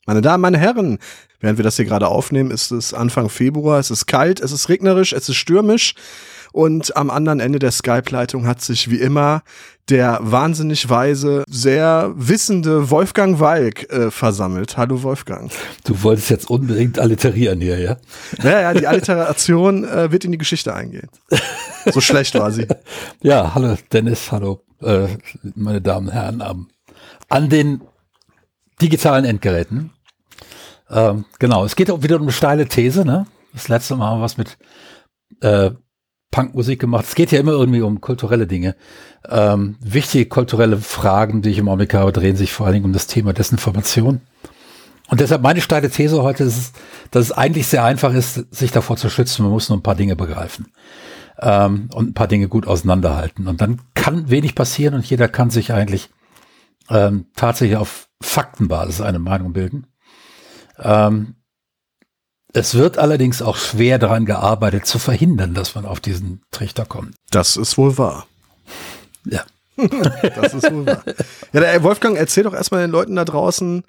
Meine Damen, meine Herren, während wir das hier gerade aufnehmen, ist es Anfang Februar, es ist kalt, es ist regnerisch, es ist stürmisch und am anderen Ende der Skype-Leitung hat sich wie immer der wahnsinnig weise, sehr wissende Wolfgang Walk versammelt. Hallo Wolfgang. Du wolltest jetzt unbedingt alliterieren hier, ja? Ja, die Alliteration wird in die Geschichte eingehen. So schlecht war sie. Ja, hallo Dennis, hallo meine Damen und Herren an den digitalen Endgeräten. Genau, es geht auch wieder um eine steile These, ne? Das letzte Mal haben wir was mit Punkmusik gemacht. Es geht ja immer irgendwie um kulturelle Dinge. Wichtige kulturelle Fragen, die ich im Augenblick habe, drehen sich vor allen Dingen um das Thema Desinformation. Und deshalb meine steile These heute ist, dass es eigentlich sehr einfach ist, sich davor zu schützen. Man muss nur ein paar Dinge begreifen und ein paar Dinge gut auseinanderhalten. Und dann kann wenig passieren und jeder kann sich eigentlich tatsächlich auf Faktenbasis eine Meinung bilden. Es wird allerdings auch schwer daran gearbeitet, zu verhindern, dass man auf diesen Trichter kommt. Das ist wohl wahr. Ja. Das ist wohl wahr. Ja, der Wolfgang, erzähl doch erstmal den Leuten da draußen,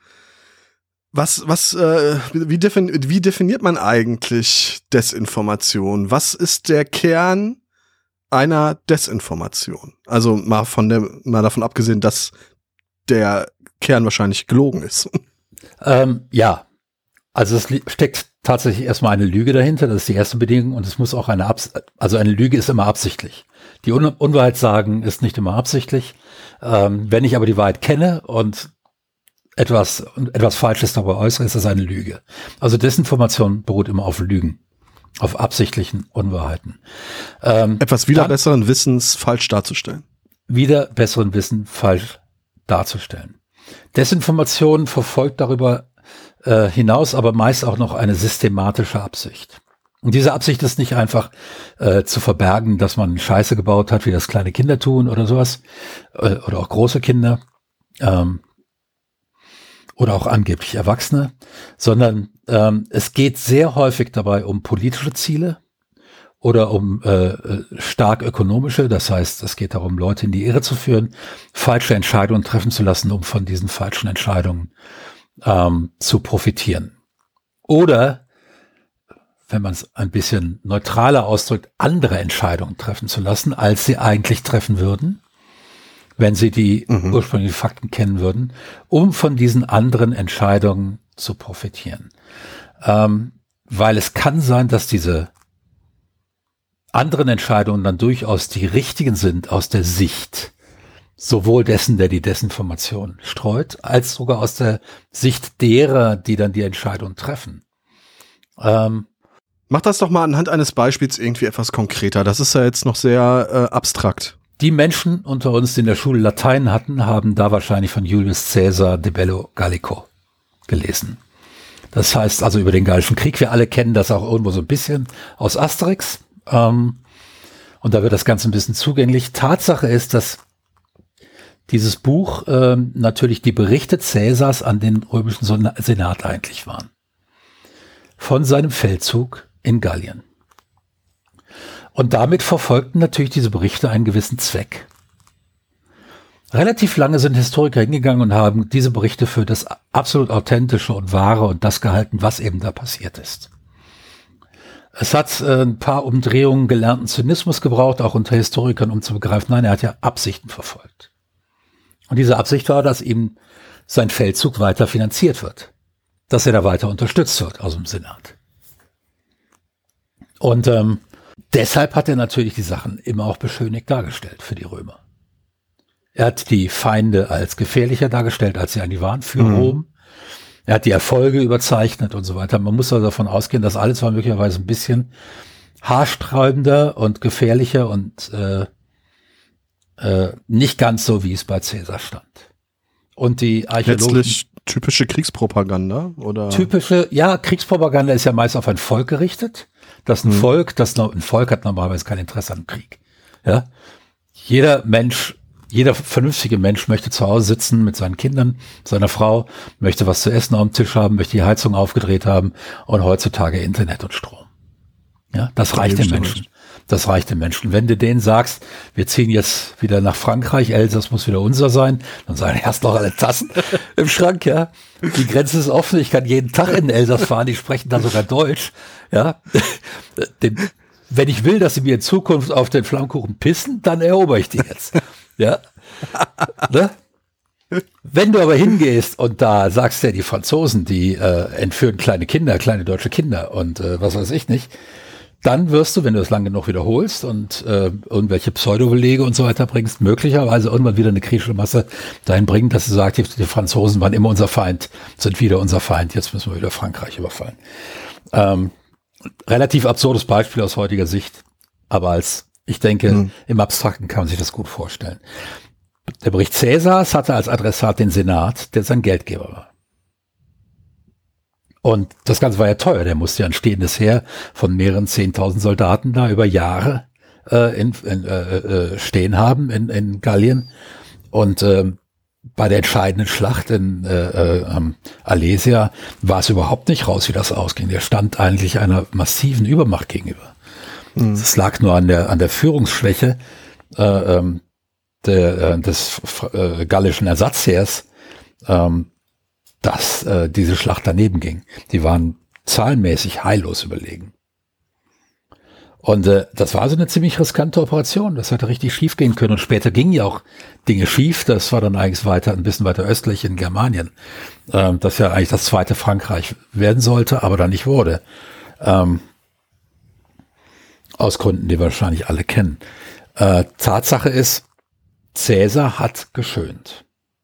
wie definiert man eigentlich Desinformation? Was ist der Kern einer Desinformation? Also mal davon abgesehen, dass der Kern wahrscheinlich gelogen ist. Ja, also es steckt tatsächlich erstmal eine Lüge dahinter, das ist die erste Bedingung und es muss auch eine Lüge ist immer absichtlich. Die Unwahrheit sagen ist nicht immer absichtlich. Wenn ich aber die Wahrheit kenne und etwas Falsches dabei äußere, ist das eine Lüge. Also Desinformation beruht immer auf Lügen, auf absichtlichen Unwahrheiten. Etwas wider besseren Wissens falsch darzustellen. Wider besseren Wissen falsch darzustellen. Desinformation verfolgt darüber hinaus aber meist auch noch eine systematische Absicht. Und diese Absicht ist nicht einfach zu verbergen, dass man Scheiße gebaut hat, wie das kleine Kinder tun oder sowas, oder auch große Kinder, oder auch angeblich Erwachsene, sondern es geht sehr häufig dabei um politische Ziele oder um stark ökonomische, das heißt, es geht darum, Leute in die Irre zu führen, falsche Entscheidungen treffen zu lassen, um von diesen falschen Entscheidungen zu profitieren. Oder, wenn man es ein bisschen neutraler ausdrückt, andere Entscheidungen treffen zu lassen, als sie eigentlich treffen würden, wenn sie die ursprünglichen Fakten kennen würden, um von diesen anderen Entscheidungen zu profitieren. Weil es kann sein, dass diese anderen Entscheidungen dann durchaus die richtigen sind aus der Sicht sowohl dessen, der die Desinformation streut, als sogar aus der Sicht derer, die dann die Entscheidung treffen. Mach das doch mal anhand eines Beispiels irgendwie etwas konkreter. Das ist ja jetzt noch sehr abstrakt. Die Menschen unter uns, die in der Schule Latein hatten, haben da wahrscheinlich von Julius Caesar de Bello Gallico gelesen. Das heißt also über den Gallischen Krieg. Wir alle kennen das auch irgendwo so ein bisschen aus Asterix. Und da wird das Ganze ein bisschen zugänglich. Tatsache ist, dass dieses Buch natürlich die Berichte Cäsars an den römischen Senat eigentlich waren. Von seinem Feldzug in Gallien. Und damit verfolgten natürlich diese Berichte einen gewissen Zweck. Relativ lange sind Historiker hingegangen und haben diese Berichte für das absolut Authentische und Wahre und das gehalten, was eben da passiert ist. Es hat ein paar Umdrehungen gelernten Zynismus gebraucht, auch unter Historikern, um zu begreifen, nein, er hat ja Absichten verfolgt. Und diese Absicht war, dass ihm sein Feldzug weiter finanziert wird. Dass er da weiter unterstützt wird aus dem Senat. Und deshalb hat er natürlich die Sachen immer auch beschönigt dargestellt für die Römer. Er hat die Feinde als gefährlicher dargestellt, als sie eigentlich waren für Rom. Er hat die Erfolge überzeichnet und so weiter. Man muss also davon ausgehen, dass alles war möglicherweise ein bisschen haarsträubender und gefährlicher und nicht ganz so, wie es bei Caesar stand. Und die Archäologen... Letztlich typische Kriegspropaganda, oder? Kriegspropaganda ist ja meist auf ein Volk gerichtet. Ein Volk hat normalerweise kein Interesse am Krieg. Ja? Jeder vernünftige Mensch möchte zu Hause sitzen mit seinen Kindern, seiner Frau, möchte was zu essen auf dem Tisch haben, möchte die Heizung aufgedreht haben und heutzutage Internet und Strom. Ja, das reicht den Menschen. Das reicht den Menschen. Wenn du denen sagst, wir ziehen jetzt wieder nach Frankreich, Elsass muss wieder unser sein, dann sagen, erst noch alle Tassen im Schrank, ja. Die Grenze ist offen, ich kann jeden Tag in den Elsass fahren, die sprechen da sogar Deutsch, ja. Wenn ich will, dass sie mir in Zukunft auf den Flammkuchen pissen, dann erober ich die jetzt, ja. Ne? Wenn du aber hingehst und da sagst ja, die Franzosen, die entführen kleine deutsche Kinder und was weiß ich nicht, dann wirst du, wenn du es lang genug wiederholst und irgendwelche Pseudobelege und so weiter bringst, möglicherweise irgendwann wieder eine kritische Masse dahin bringen, dass du sagst, die Franzosen waren immer unser Feind, sind wieder unser Feind, jetzt müssen wir wieder Frankreich überfallen. Relativ absurdes Beispiel aus heutiger Sicht, aber ich denke, im Abstrakten kann man sich das gut vorstellen. Der Bericht Caesars hatte als Adressat den Senat, der sein Geldgeber war. Und das Ganze war ja teuer. Der musste ja ein stehendes Heer von mehreren 10.000 Soldaten da über Jahre stehen haben in Gallien. Und bei der entscheidenden Schlacht am Alesia war es überhaupt nicht raus, wie das ausging. Der stand eigentlich einer massiven Übermacht gegenüber. Das lag nur an der Führungsschwäche des gallischen Ersatzheers, dass diese Schlacht daneben ging. Die waren zahlenmäßig heillos überlegen. Und das war so eine ziemlich riskante Operation. Das hätte richtig schief gehen können. Und später gingen ja auch Dinge schief. Das war dann eigentlich ein bisschen weiter östlich in Germanien. Das ja eigentlich das zweite Frankreich werden sollte, aber dann nicht wurde. Aus Gründen, die wir wahrscheinlich alle kennen. Tatsache ist, Caesar hat geschönt.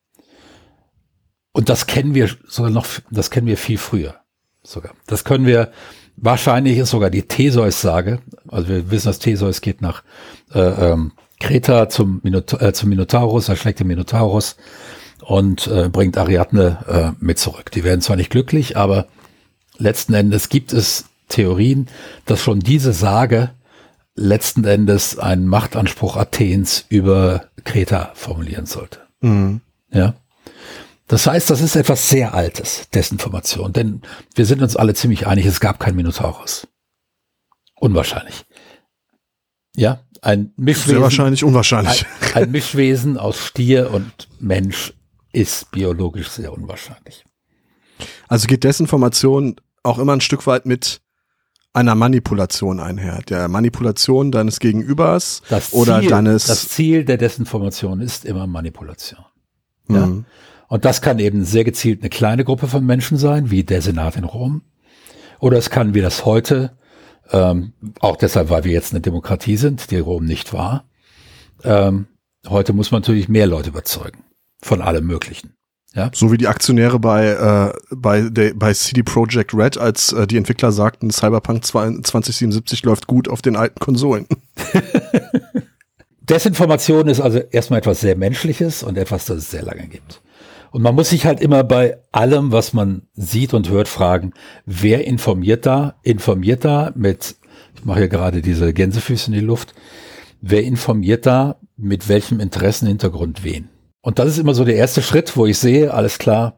Und das kennen wir viel früher sogar. Das können wir, wahrscheinlich ist sogar die Theseus-Sage, also wir wissen, dass Theseus geht nach Kreta zum Minotaurus, erschlägt den Minotaurus und bringt Ariadne mit zurück. Die werden zwar nicht glücklich, aber letzten Endes gibt es Theorien, dass schon diese Sage letzten Endes einen Machtanspruch Athens über Kreta formulieren sollte. Mhm. Ja. Das heißt, das ist etwas sehr Altes, Desinformation, denn wir sind uns alle ziemlich einig, es gab keinen Minotaurus. Unwahrscheinlich. Ja, ein Mischwesen. Sehr wahrscheinlich unwahrscheinlich. Ein Mischwesen aus Stier und Mensch ist biologisch sehr unwahrscheinlich. Also geht Desinformation auch immer ein Stück weit mit einer Manipulation einher, der Manipulation deines Gegenübers Das Ziel der Desinformation ist immer Manipulation. Ja? Mhm. Und das kann eben sehr gezielt eine kleine Gruppe von Menschen sein, wie der Senat in Rom. Oder es kann, wie das heute, auch deshalb, weil wir jetzt eine Demokratie sind, die Rom nicht war. Heute muss man natürlich mehr Leute überzeugen. Von allem Möglichen. Ja? So wie die Aktionäre bei CD Projekt Red, als die Entwickler sagten, Cyberpunk 2077 läuft gut auf den alten Konsolen. Desinformation ist also erstmal etwas sehr Menschliches und etwas, das es sehr lange gibt. Und man muss sich halt immer bei allem, was man sieht und hört, fragen, wer informiert da? Informiert da mit, ich mache hier gerade diese Gänsefüße in die Luft, wer informiert da mit welchem Interessenhintergrund wen? Und das ist immer so der erste Schritt, wo ich sehe, alles klar,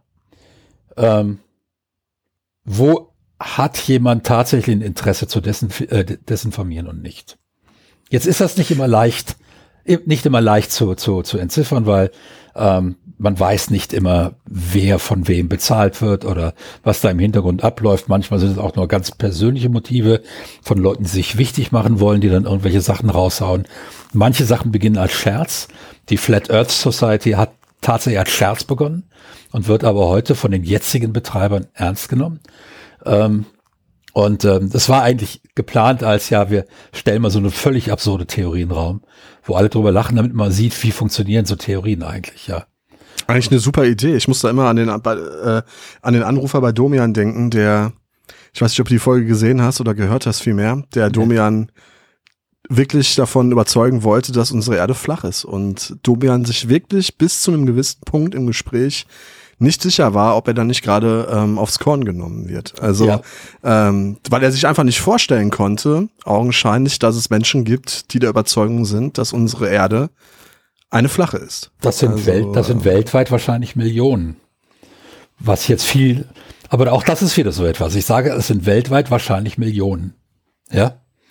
wo hat jemand tatsächlich ein Interesse zu desinformieren und nicht? Jetzt ist das nicht immer leicht zu entziffern, weil man weiß nicht immer, wer von wem bezahlt wird oder was da im Hintergrund abläuft. Manchmal sind es auch nur ganz persönliche Motive von Leuten, die sich wichtig machen wollen, die dann irgendwelche Sachen raushauen. Manche Sachen beginnen als Scherz. Die Flat Earth Society hat tatsächlich als Scherz begonnen und wird aber heute von den jetzigen Betreibern ernst genommen. Das war eigentlich geplant als, ja, wir stellen mal so eine völlig absurde Theorie in den Raum, wo alle drüber lachen, damit man sieht, wie funktionieren so Theorien eigentlich, ja. Eigentlich eine super Idee. Ich muss da immer an den Anrufer bei Domian denken, der, ich weiß nicht, ob du die Folge gesehen hast oder gehört hast vielmehr, der Domian wirklich davon überzeugen wollte, dass unsere Erde flach ist. Und Domian sich wirklich bis zu einem gewissen Punkt im Gespräch nicht sicher war, ob er dann nicht gerade aufs Korn genommen wird. Also, ja. Weil er sich einfach nicht vorstellen konnte, augenscheinlich, dass es Menschen gibt, die der Überzeugung sind, dass unsere Erde eine flache ist. Das sind weltweit wahrscheinlich Millionen. Was jetzt viel, aber auch das ist wieder so etwas. Ich sage, es sind weltweit wahrscheinlich Millionen. Ja.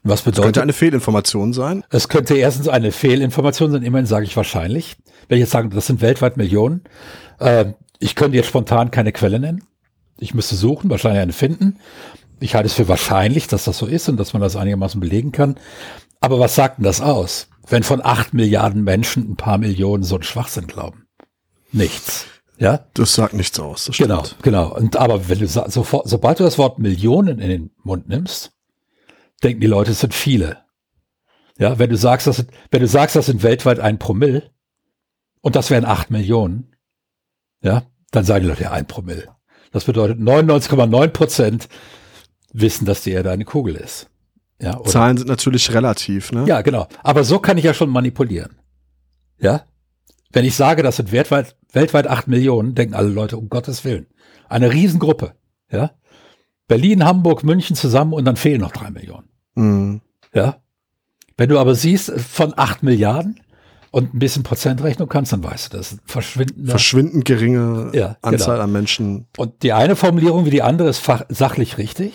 Was bedeutet? Das könnte eine Fehlinformation sein. Es könnte erstens eine Fehlinformation sein, immerhin sage ich wahrscheinlich. Wenn ich jetzt sage, das sind weltweit Millionen. Ich könnte jetzt spontan keine Quelle nennen. Ich müsste suchen, wahrscheinlich eine finden. Ich halte es für wahrscheinlich, dass das so ist und dass man das einigermaßen belegen kann. Aber was sagt denn das aus, wenn von 8 Milliarden Menschen ein paar Millionen so einen Schwachsinn glauben? Nichts. Ja? Das sagt nichts aus. Das Genau, stimmt. genau. Und aber wenn du sobald du das Wort Millionen in den Mund nimmst, denken die Leute, es sind viele. Ja, wenn du sagst, das sind weltweit 1 Promille und das wären 8 Millionen, ja, dann sagen die Leute, ja, 1 Promille. Das bedeutet 99,9% wissen, dass die Erde eine Kugel ist. Ja, oder? Zahlen sind natürlich relativ, ne? Ja, genau. Aber so kann ich ja schon manipulieren. Ja? Wenn ich sage, das sind weltweit 8 Millionen, denken alle Leute, um Gottes Willen. Eine Riesengruppe. Ja? Berlin, Hamburg, München zusammen und dann fehlen noch 3 Millionen. Mhm. Ja? Wenn du aber siehst, von 8 Milliarden und ein bisschen Prozentrechnung kannst, dann weißt du, das ist verschwindend geringe Anzahl an Menschen. Und die eine Formulierung wie die andere ist sachlich richtig.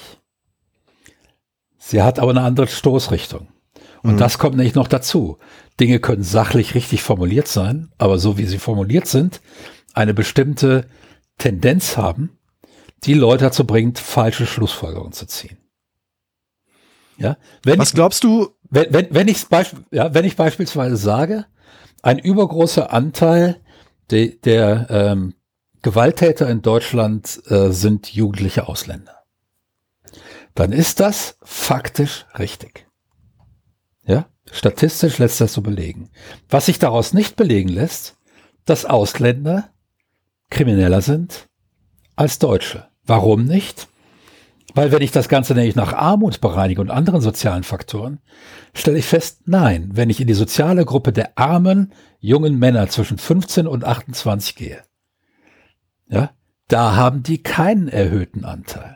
Sie hat aber eine andere Stoßrichtung. Und das kommt nämlich noch dazu. Dinge können sachlich richtig formuliert sein, aber so wie sie formuliert sind, eine bestimmte Tendenz haben, die Leute dazu bringt, falsche Schlussfolgerungen zu ziehen. Ja? Was glaubst du? Wenn ich beispielsweise sage, ein übergroßer Anteil der Gewalttäter in Deutschland sind jugendliche Ausländer, dann ist das faktisch richtig. Ja, statistisch lässt das so belegen. Was sich daraus nicht belegen lässt, dass Ausländer krimineller sind als Deutsche. Warum nicht? Weil wenn ich das Ganze nämlich nach Armut bereinige und anderen sozialen Faktoren, stelle ich fest, nein, wenn ich in die soziale Gruppe der armen, jungen Männer zwischen 15 und 28 gehe, ja, da haben die keinen erhöhten Anteil.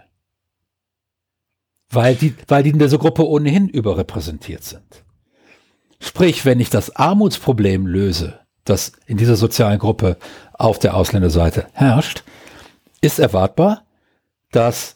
Weil die in dieser Gruppe ohnehin überrepräsentiert sind. Sprich, wenn ich das Armutsproblem löse, das in dieser sozialen Gruppe auf der Ausländerseite herrscht, ist erwartbar, dass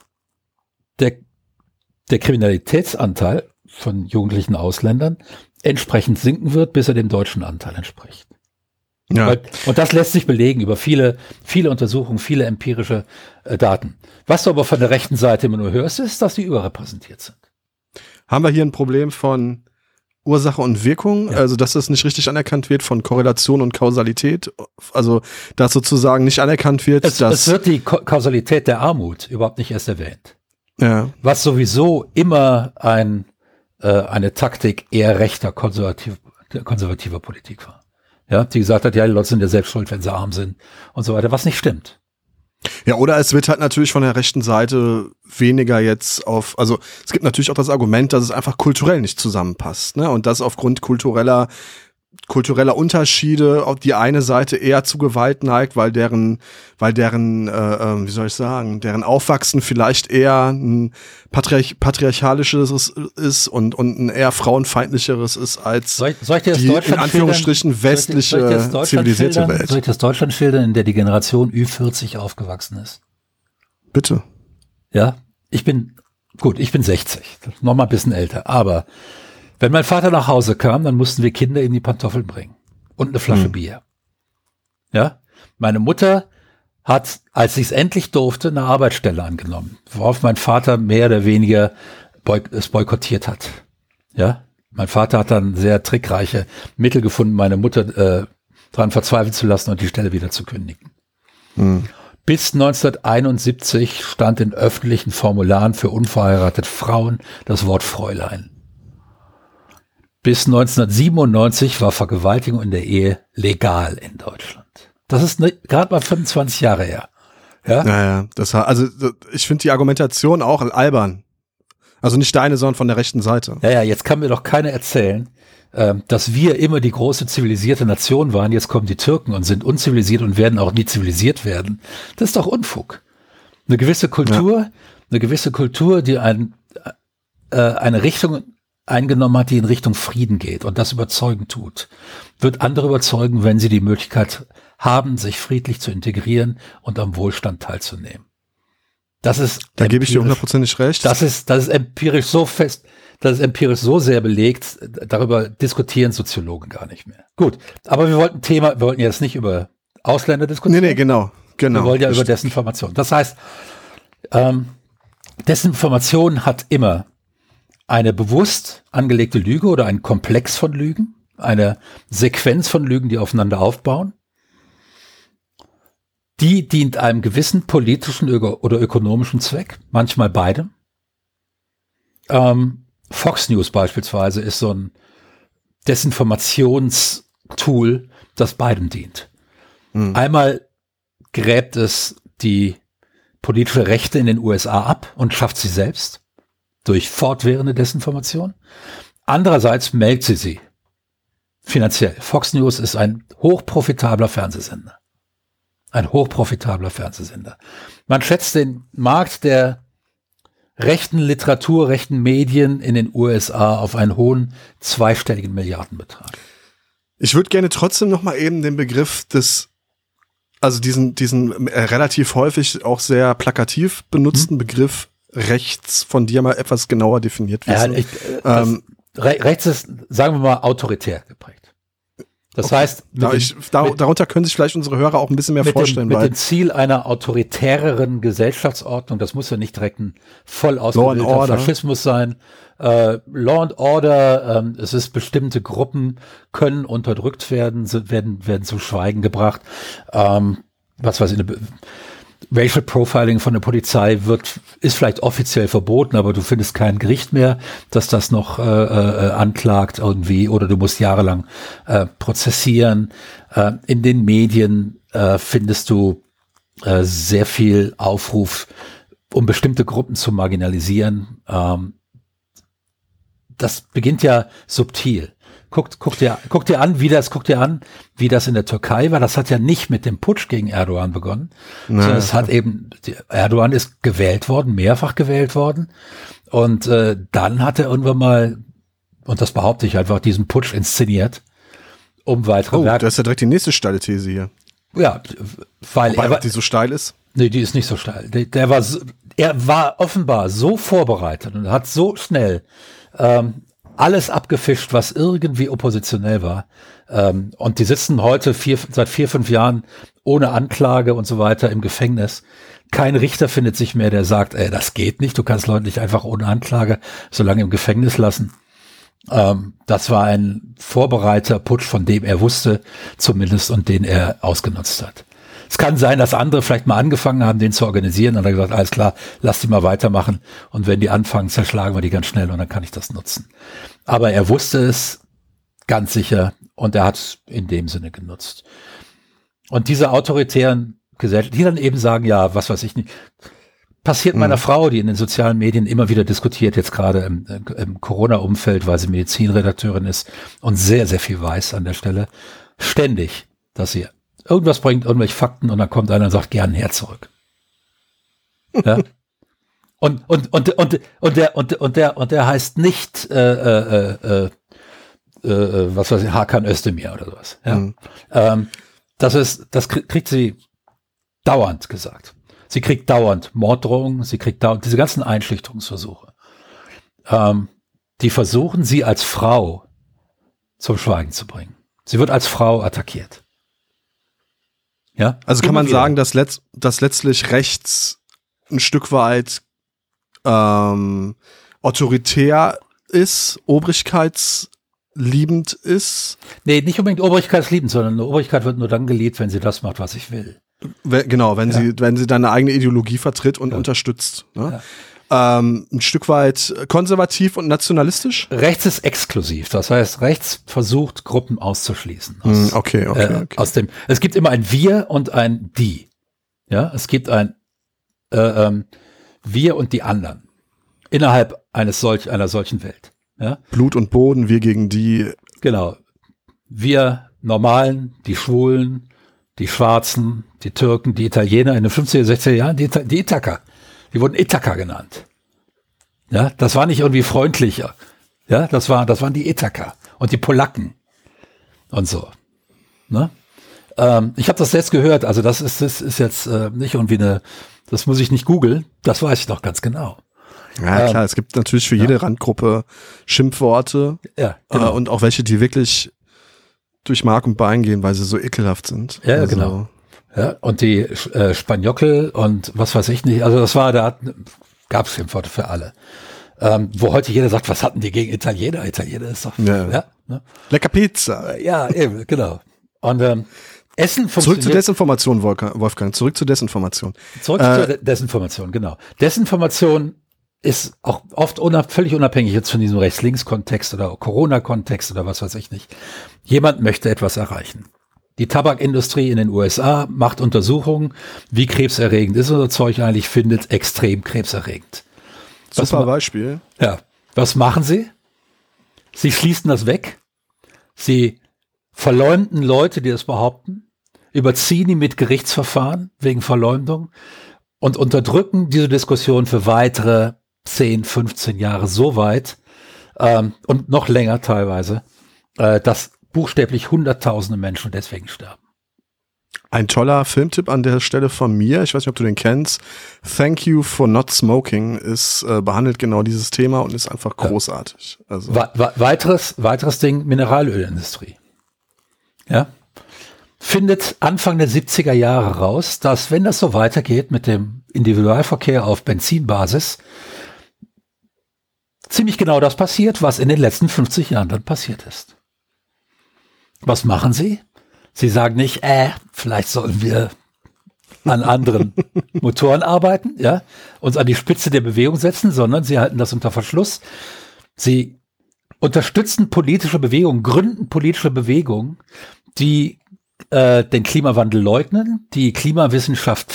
der Kriminalitätsanteil von jugendlichen Ausländern entsprechend sinken wird, bis er dem deutschen Anteil entspricht. Ja. Und das lässt sich belegen über viele Untersuchungen, viele empirische Daten. Was du aber von der rechten Seite immer nur hörst, ist, dass die überrepräsentiert sind. Haben wir hier ein Problem von Ursache und Wirkung, also dass das nicht richtig anerkannt wird von Korrelation und Kausalität, also dass sozusagen nicht anerkannt wird, es wird die Kausalität der Armut überhaupt nicht erst erwähnt. Ja. Was sowieso immer eine Taktik eher rechter konservativer Politik war. Ja, die gesagt hat, ja, die Leute sind ja selbst schuld, wenn sie arm sind und so weiter, was nicht stimmt. Ja, oder es wird halt natürlich von der rechten Seite weniger jetzt also es gibt natürlich auch das Argument, dass es einfach kulturell nicht zusammenpasst, ne? Und dass aufgrund kultureller Unterschiede auf die eine Seite eher zu Gewalt neigt, weil deren wie soll ich sagen, deren Aufwachsen vielleicht eher ein patriarchalisches ist und ein eher frauenfeindlicheres ist als die in Anführungsstrichen westliche zivilisierte Welt. Soll ich das Deutschland schildern, in der die Generation Ü40 aufgewachsen ist? Bitte. Ja, ich bin 60, noch mal ein bisschen älter, aber wenn mein Vater nach Hause kam, dann mussten wir Kinder ihm die Pantoffeln bringen und eine Flasche Bier. Ja, meine Mutter hat, als sie es endlich durfte, eine Arbeitsstelle angenommen, worauf mein Vater mehr oder weniger es boykottiert hat. Ja, mein Vater hat dann sehr trickreiche Mittel gefunden, meine Mutter daran verzweifeln zu lassen und die Stelle wieder zu kündigen. Bis 1971 stand in öffentlichen Formularen für unverheiratete Frauen das Wort Fräulein. Bis 1997 war Vergewaltigung in der Ehe legal in Deutschland. Das ist gerade mal 25 Jahre her. Ja, naja, ich finde die Argumentation auch albern. Also nicht deine, sondern von der rechten Seite. Ja, jetzt kann mir doch keiner erzählen, dass wir immer die große zivilisierte Nation waren. Jetzt kommen die Türken und sind unzivilisiert und werden auch nie zivilisiert werden. Das ist doch Unfug. Eine gewisse Kultur, die eine Richtung eingenommen hat, die in Richtung Frieden geht und das überzeugend tut, wird andere überzeugen, wenn sie die Möglichkeit haben, sich friedlich zu integrieren und am Wohlstand teilzunehmen. Das ist da gebe ich dir 100% recht. Das ist empirisch so fest, das ist empirisch so sehr belegt, darüber diskutieren Soziologen gar nicht mehr. Gut, aber wir wollten jetzt nicht über Ausländer diskutieren. Nee, genau. Wir wollen ja über Desinformation. Das heißt, Desinformation hat immer eine bewusst angelegte Lüge oder einen Komplex von Lügen, eine Sequenz von Lügen, die aufeinander aufbauen. Die dient einem gewissen politischen oder ökonomischen Zweck, manchmal beidem. Fox News beispielsweise ist so ein Desinformationstool, das beidem dient. Einmal gräbt es die politische Rechte in den USA ab und schafft sie selbst durch fortwährende Desinformation. Andererseits meldet sie finanziell. Fox News ist ein hochprofitabler Fernsehsender. Man schätzt den Markt der rechten Literatur, rechten Medien in den USA auf einen hohen zweistelligen Milliardenbetrag. Ich würde gerne trotzdem noch mal eben den Begriff diesen relativ häufig auch sehr plakativ benutzten Begriff rechts von dir mal etwas genauer definiert wissen. Rechts ist, sagen wir mal, autoritär geprägt. Das heißt, darunter können sich vielleicht unsere Hörer auch ein bisschen mehr vorstellen. Mit dem Ziel einer autoritäreren Gesellschaftsordnung, das muss ja nicht direkt ein voll ausgebildeter Faschismus sein. Law and Order, es ist bestimmte Gruppen können unterdrückt werden zu Schweigen gebracht. Was weiß ich, Racial Profiling von der Polizei ist vielleicht offiziell verboten, aber du findest kein Gericht mehr, das das noch anklagt irgendwie, oder du musst jahrelang prozessieren. In den Medien findest du sehr viel Aufruf, um bestimmte Gruppen zu marginalisieren. Das beginnt ja subtil. Guck dir an, wie das in der Türkei war. Das hat ja nicht mit dem Putsch gegen Erdogan begonnen, sondern es hat Erdogan ist gewählt worden, mehrfach gewählt worden. Und dann hat er irgendwann mal, und das behaupte ich einfach, diesen Putsch inszeniert, um weitere Werke. Das ist ja direkt die nächste steile These hier. Ja, weil die so steil ist? Nee, die ist nicht so steil. Er war offenbar so vorbereitet und hat so schnell alles abgefischt, was irgendwie oppositionell war. Und die sitzen heute seit 4-5 Jahren ohne Anklage und so weiter im Gefängnis. Kein Richter findet sich mehr, der sagt, das geht nicht, du kannst Leute nicht einfach ohne Anklage so lange im Gefängnis lassen. Das war ein Vorbereiter-Putsch, von dem er wusste zumindest und den er ausgenutzt hat. Es kann sein, dass andere vielleicht mal angefangen haben, den zu organisieren und dann gesagt, alles klar, lass die mal weitermachen und wenn die anfangen, zerschlagen wir die ganz schnell und dann kann ich das nutzen. Aber er wusste es ganz sicher und er hat es in dem Sinne genutzt. Und diese autoritären Gesellschaften, die dann eben sagen, ja, was weiß ich nicht, passiert meiner Frau, die in den sozialen Medien immer wieder diskutiert, jetzt gerade im Corona-Umfeld, weil sie Medizinredakteurin ist und sehr, sehr viel weiß an der Stelle, ständig, dass sie irgendwas bringt, irgendwelche Fakten und dann kommt einer und sagt, gern her zurück. Ja? Und der heißt nicht was weiß ich, Hakan Özdemir oder sowas. Ja? Das kriegt sie dauernd gesagt. Sie kriegt dauernd Morddrohungen, sie kriegt dauernd diese ganzen Einschüchterungsversuche. Die versuchen, sie als Frau zum Schweigen zu bringen. Sie wird als Frau attackiert. Ja? Also kann man sagen, dass letztlich rechts ein Stück weit autoritär ist, obrigkeitsliebend ist? Nee, nicht unbedingt obrigkeitsliebend, sondern eine Obrigkeit wird nur dann geliebt, wenn sie das macht, was ich will. Genau, wenn sie deine eigene Ideologie vertritt und unterstützt. Ne? Ja. Ein Stück weit konservativ und nationalistisch? Rechts ist exklusiv, das heißt, rechts versucht, Gruppen auszuschließen. Okay. Es gibt immer ein Wir und ein Die. Ja, es gibt ein Wir und die anderen innerhalb einer solchen Welt. Ja? Blut und Boden, wir gegen die. Genau. Wir Normalen, die Schwulen, die Schwarzen, die Türken, die Italiener in den 50er, 60er Jahren, die Ithaka. Die wurden Ithaka genannt. Ja, das war nicht irgendwie freundlicher. Ja, das waren die Ithaka und die Polacken und so. Ne? Ich habe das jetzt gehört, also das ist jetzt nicht irgendwie das muss ich nicht googeln, das weiß ich doch ganz genau. Ja, klar, es gibt natürlich für jede Randgruppe Schimpfworte genau. Und auch welche, die wirklich durch Mark und Bein gehen, weil sie so ekelhaft sind. Ja, also, genau. Ja, und die Spanjockel und was weiß ich nicht, also da gab es Schimpfworte für alle. Wo heute jeder sagt, was hatten die gegen Italiener? Italiener ist doch, ne? Lecker Pizza. Ja, eben, genau. Und Essen funktioniert. Zurück zur Desinformation, Wolfgang, zurück zur Desinformation. Zurück zur Desinformation, genau. Desinformation ist auch oft völlig unabhängig jetzt von diesem Rechts-Links-Kontext oder Corona-Kontext oder was weiß ich nicht. Jemand möchte etwas erreichen. Die Tabakindustrie in den USA macht Untersuchungen, wie krebserregend ist unser Zeug eigentlich, findet extrem krebserregend. Super Beispiel. Ja. Was machen sie? Sie schließen das weg. Sie verleumden Leute, die das behaupten, überziehen die mit Gerichtsverfahren wegen Verleumdung und unterdrücken diese Diskussion für weitere 10, 15 Jahre so weit und noch länger teilweise, dass buchstäblich Hunderttausende Menschen deswegen sterben. Ein toller Filmtipp an der Stelle von mir, ich weiß nicht, ob du den kennst, Thank You for Not Smoking, behandelt genau dieses Thema und ist einfach großartig. Also. Weiteres Ding, Mineralölindustrie. Ja. Findet Anfang der 70er Jahre raus, dass wenn das so weitergeht mit dem Individualverkehr auf Benzinbasis, ziemlich genau das passiert, was in den letzten 50 Jahren dann passiert ist. Was machen sie? Sie sagen nicht, vielleicht sollen wir an anderen Motoren arbeiten, ja, uns an die Spitze der Bewegung setzen, sondern sie halten das unter Verschluss. Sie unterstützen politische Bewegungen, gründen politische Bewegungen, die den Klimawandel leugnen, die Klimawissenschaft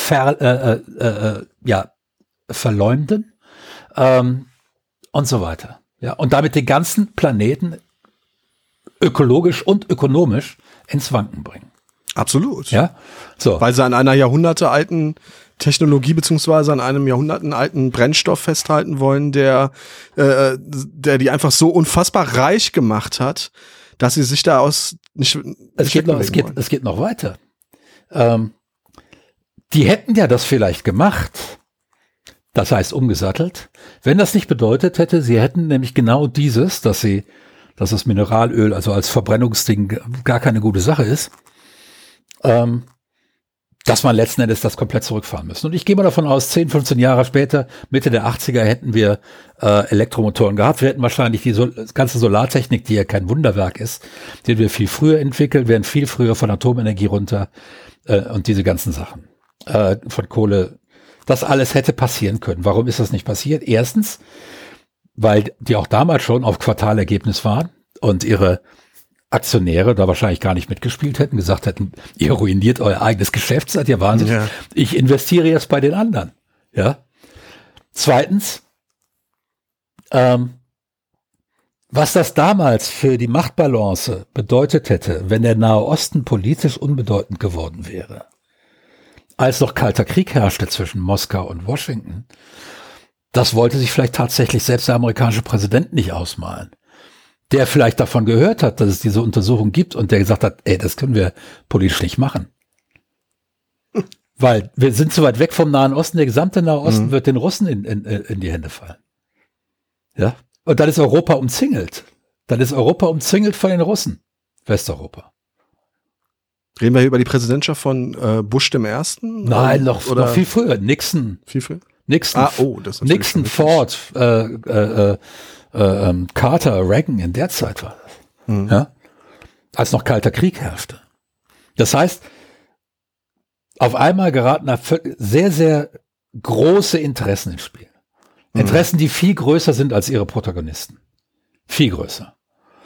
verleumden und so weiter. Ja, und damit den ganzen Planeten ökologisch und ökonomisch ins Wanken bringen. Absolut. Ja, so. Weil sie an einer jahrhundertealten Technologie beziehungsweise an einem jahrhundertealten Brennstoff festhalten wollen, der die einfach so unfassbar reich gemacht hat, dass sie sich da aus nicht. Es geht noch weiter. Die hätten ja das vielleicht gemacht, das heißt umgesattelt, wenn das nicht bedeutet hätte, sie hätten nämlich genau dieses, dass das Mineralöl also als Verbrennungsding gar keine gute Sache ist, dass man letzten Endes das komplett zurückfahren müssen. Und ich gehe mal davon aus, 10, 15 Jahre später, Mitte der 80er, hätten wir Elektromotoren gehabt. Wir hätten wahrscheinlich die ganze Solartechnik, die ja kein Wunderwerk ist, die wir viel früher entwickelt, wären viel früher von Atomenergie runter und diese ganzen Sachen von Kohle. Das alles hätte passieren können. Warum ist das nicht passiert? Erstens, weil die auch damals schon auf Quartalergebnis waren und ihre Aktionäre da wahrscheinlich gar nicht mitgespielt hätten, gesagt hätten, ihr ruiniert euer eigenes Geschäft, seid ihr wahnsinnig. Ja. Ich investiere jetzt bei den anderen. Ja. Zweitens, was das damals für die Machtbalance bedeutet hätte, wenn der Nahe Osten politisch unbedeutend geworden wäre, als noch kalter Krieg herrschte zwischen Moskau und Washington, das wollte sich vielleicht tatsächlich selbst der amerikanische Präsident nicht ausmalen. Der vielleicht davon gehört hat, dass es diese Untersuchung gibt und der gesagt hat, das können wir politisch nicht machen. Weil wir sind zu weit weg vom Nahen Osten, der gesamte Nahe Osten wird den Russen in die Hände fallen. Ja. Und dann ist Europa umzingelt. Dann ist Europa umzingelt von den Russen. Westeuropa. Reden wir hier über die Präsidentschaft von Bush dem Ersten? Nein, noch viel früher. Nixon. Viel früher? Nixon. Das ist Nixon, Ford, Carter, Reagan, in der Zeit war das. Ja? Als noch kalter Krieg herrschte. Das heißt, auf einmal geraten da sehr, sehr große Interessen ins Spiel. Interessen, die viel größer sind als ihre Protagonisten. Viel größer.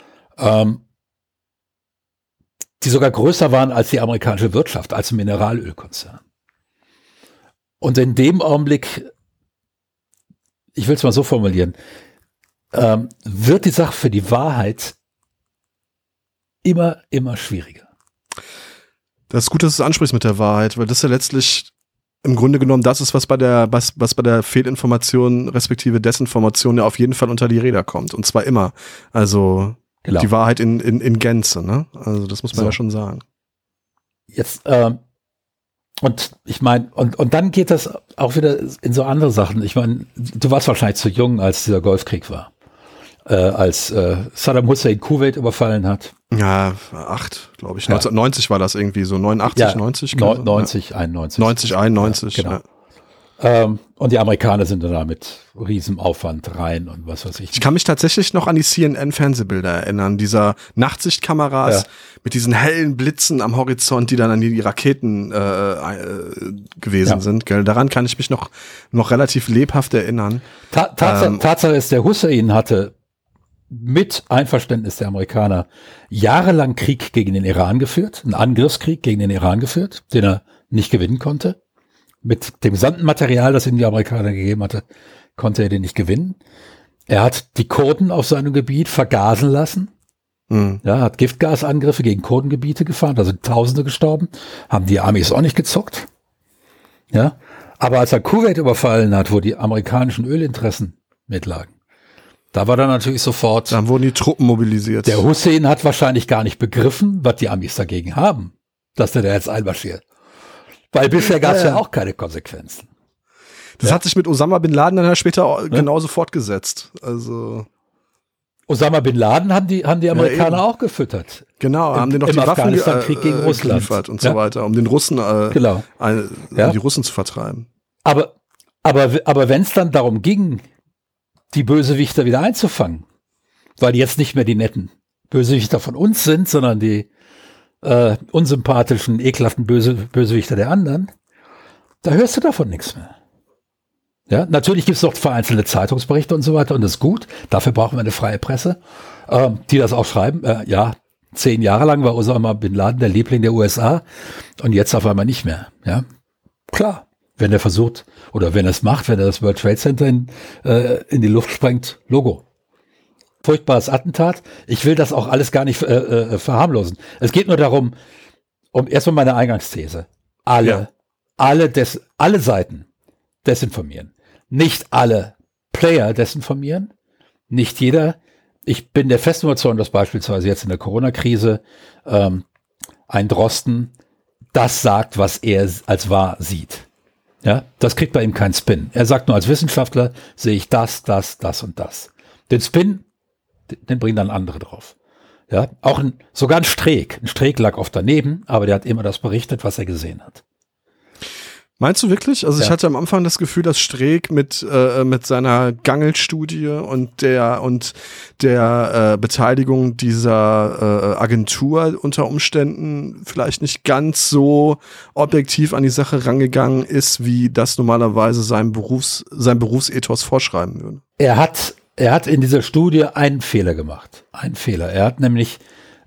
Die sogar größer waren als die amerikanische Wirtschaft, als ein Mineralölkonzern. Und in dem Augenblick, ich will es mal so formulieren, wird die Sache für die Wahrheit immer, immer schwieriger. Das ist gut, dass du es ansprichst mit der Wahrheit, weil das ja letztlich im Grunde genommen das ist, was bei der Fehlinformation respektive Desinformation ja auf jeden Fall unter die Räder kommt. Und zwar immer. Also genau. Die Wahrheit in Gänze, ne? Also das muss man ja schon sagen. Jetzt, und ich meine, und dann geht das auch wieder in so andere Sachen. Ich meine, du warst wahrscheinlich zu jung, als dieser Golfkrieg war. Als Saddam Hussein Kuwait überfallen hat. Ja, 8, glaube ich. 1990 war das irgendwie so, 89, ja, 90? 90, 91. 90, 91, ja, genau. Ja. Und die Amerikaner sind da mit riesem Aufwand rein und was weiß ich. Ich kann mich tatsächlich noch an die CNN-Fernsehbilder erinnern, dieser Nachtsichtkameras mit diesen hellen Blitzen am Horizont, die dann an die Raketen gewesen sind. Gell? Daran kann ich mich noch relativ lebhaft erinnern. Tatsache ist, der Hussein hatte mit Einverständnis der Amerikaner jahrelang Krieg gegen den Iran geführt, einen Angriffskrieg gegen den Iran geführt, den er nicht gewinnen konnte. Mit dem gesamten Material, das ihm die Amerikaner gegeben hatte, konnte er den nicht gewinnen. Er hat die Kurden auf seinem Gebiet vergasen lassen. Ja, hat Giftgasangriffe gegen Kurdengebiete gefahren, da sind Tausende gestorben, haben die Amis auch nicht gezuckt. Ja, aber als er Kuwait überfallen hat, wo die amerikanischen Ölinteressen mitlagen, da war dann natürlich sofort. Dann wurden die Truppen mobilisiert. Der Hussein hat wahrscheinlich gar nicht begriffen, was die Amis dagegen haben, dass der da jetzt einmarschiert. Weil bisher gab es ja auch keine Konsequenzen. Das hat sich mit Osama Bin Laden dann später genauso fortgesetzt. Also Osama Bin Laden haben die Amerikaner auch gefüttert. Genau, haben den noch die Waffen gegen Russland geliefert und so weiter, um den Russen die Russen zu vertreiben. Aber wenn es dann darum ging, die Bösewichter wieder einzufangen, weil die jetzt nicht mehr die netten Bösewichter von uns sind, sondern die unsympathischen, ekelhaften Bösewichter der anderen, da hörst du davon nichts mehr. Ja, natürlich gibt es noch vereinzelte Zeitungsberichte und so weiter und das ist gut. Dafür brauchen wir eine freie Presse, die das auch schreiben. 10 Jahre lang war Osama Bin Laden der Liebling der USA und jetzt auf einmal nicht mehr. Ja, klar. Wenn er versucht oder wenn er es macht, wenn er das World Trade Center in die Luft sprengt, Logo. Furchtbares Attentat. Ich will das auch alles gar nicht verharmlosen. Es geht nur darum, erstmal meine Eingangsthese. Alle Seiten desinformieren. Nicht alle Player desinformieren. Nicht jeder. Ich bin der festen Überzeugung, dass beispielsweise jetzt in der Corona-Krise ein Drosten das sagt, was er als wahr sieht. Ja, das kriegt bei ihm keinen Spin. Er sagt nur, als Wissenschaftler sehe ich das und das. Den Spin, den bringen dann andere drauf. Ja, auch sogar ein Streeck. Ein Streeck lag oft daneben, aber der hat immer das berichtet, was er gesehen hat. Meinst du wirklich? Also ich hatte am Anfang das Gefühl, dass Streeck mit seiner Gangel-Studie und der Beteiligung dieser Agentur unter Umständen vielleicht nicht ganz so objektiv an die Sache rangegangen ist, wie das normalerweise sein Berufsethos vorschreiben würde. Er hat in dieser Studie einen Fehler gemacht. Einen Fehler. Er hat nämlich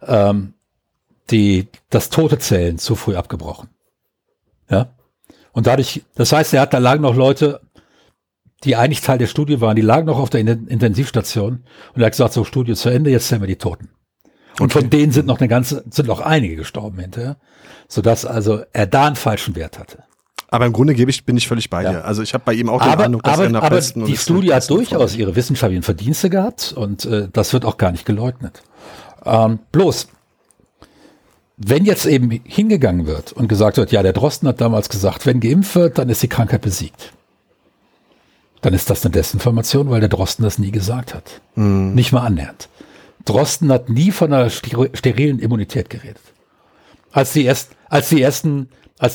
das Totezählen zu früh abgebrochen. Ja. Und dadurch, das heißt, da lagen noch Leute, die eigentlich Teil der Studie waren, die lagen noch auf der Intensivstation und er hat gesagt, so, Studie zu Ende, jetzt zählen wir die Toten. Und von denen sind noch noch einige gestorben hinterher, sodass also er da einen falschen Wert hatte. Aber im Grunde bin ich völlig bei dir. Also ich habe bei ihm auch den Eindruck, dass er nach besten. Aber die Studie hat durchaus ihre wissenschaftlichen Verdienste gehabt und das wird auch gar nicht geleugnet. Bloß, wenn jetzt eben hingegangen wird und gesagt wird, ja, der Drosten hat damals gesagt, wenn geimpft wird, dann ist die Krankheit besiegt. Dann ist das eine Desinformation, weil der Drosten das nie gesagt hat. Nicht mal annähernd. Drosten hat nie von einer sterilen Immunität geredet. Als die ersten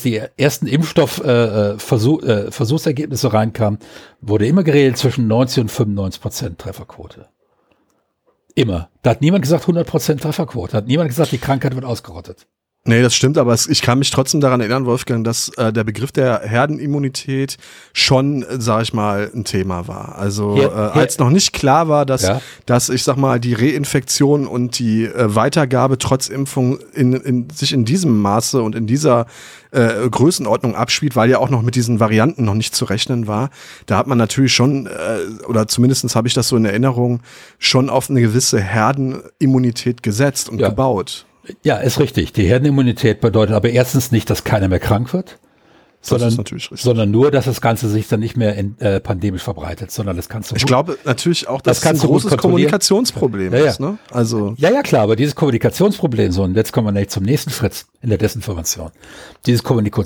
Impfstoffversuchsergebnisse reinkamen, wurde immer geredet zwischen 90 und 95% Trefferquote. Immer. Da hat niemand gesagt 100% Trefferquote. Da hat niemand gesagt, die Krankheit wird ausgerottet. Nee, das stimmt, aber ich kann mich trotzdem daran erinnern, Wolfgang, dass der Begriff der Herdenimmunität schon, sag ich mal, ein Thema war. Also als noch nicht klar war, dass ich sag mal, die Reinfektion und die Weitergabe trotz Impfung sich in diesem Maße und in dieser Größenordnung abspielt, weil ja auch noch mit diesen Varianten noch nicht zu rechnen war. Da hat man natürlich schon, oder zumindest habe ich das so in Erinnerung, schon auf eine gewisse Herdenimmunität gesetzt und gebaut. Ja, ist richtig. Die Herdenimmunität bedeutet aber erstens nicht, dass keiner mehr krank wird, Das ist natürlich richtig. Sondern nur, dass das Ganze sich dann nicht mehr pandemisch verbreitet, sondern das kannst du. Ich glaube natürlich auch, dass es ein großes Kommunikationsproblem ist. Ne? Also ja, klar, aber dieses Kommunikationsproblem, so, und jetzt kommen wir nämlich zum nächsten Schritt in der Desinformation. Dieses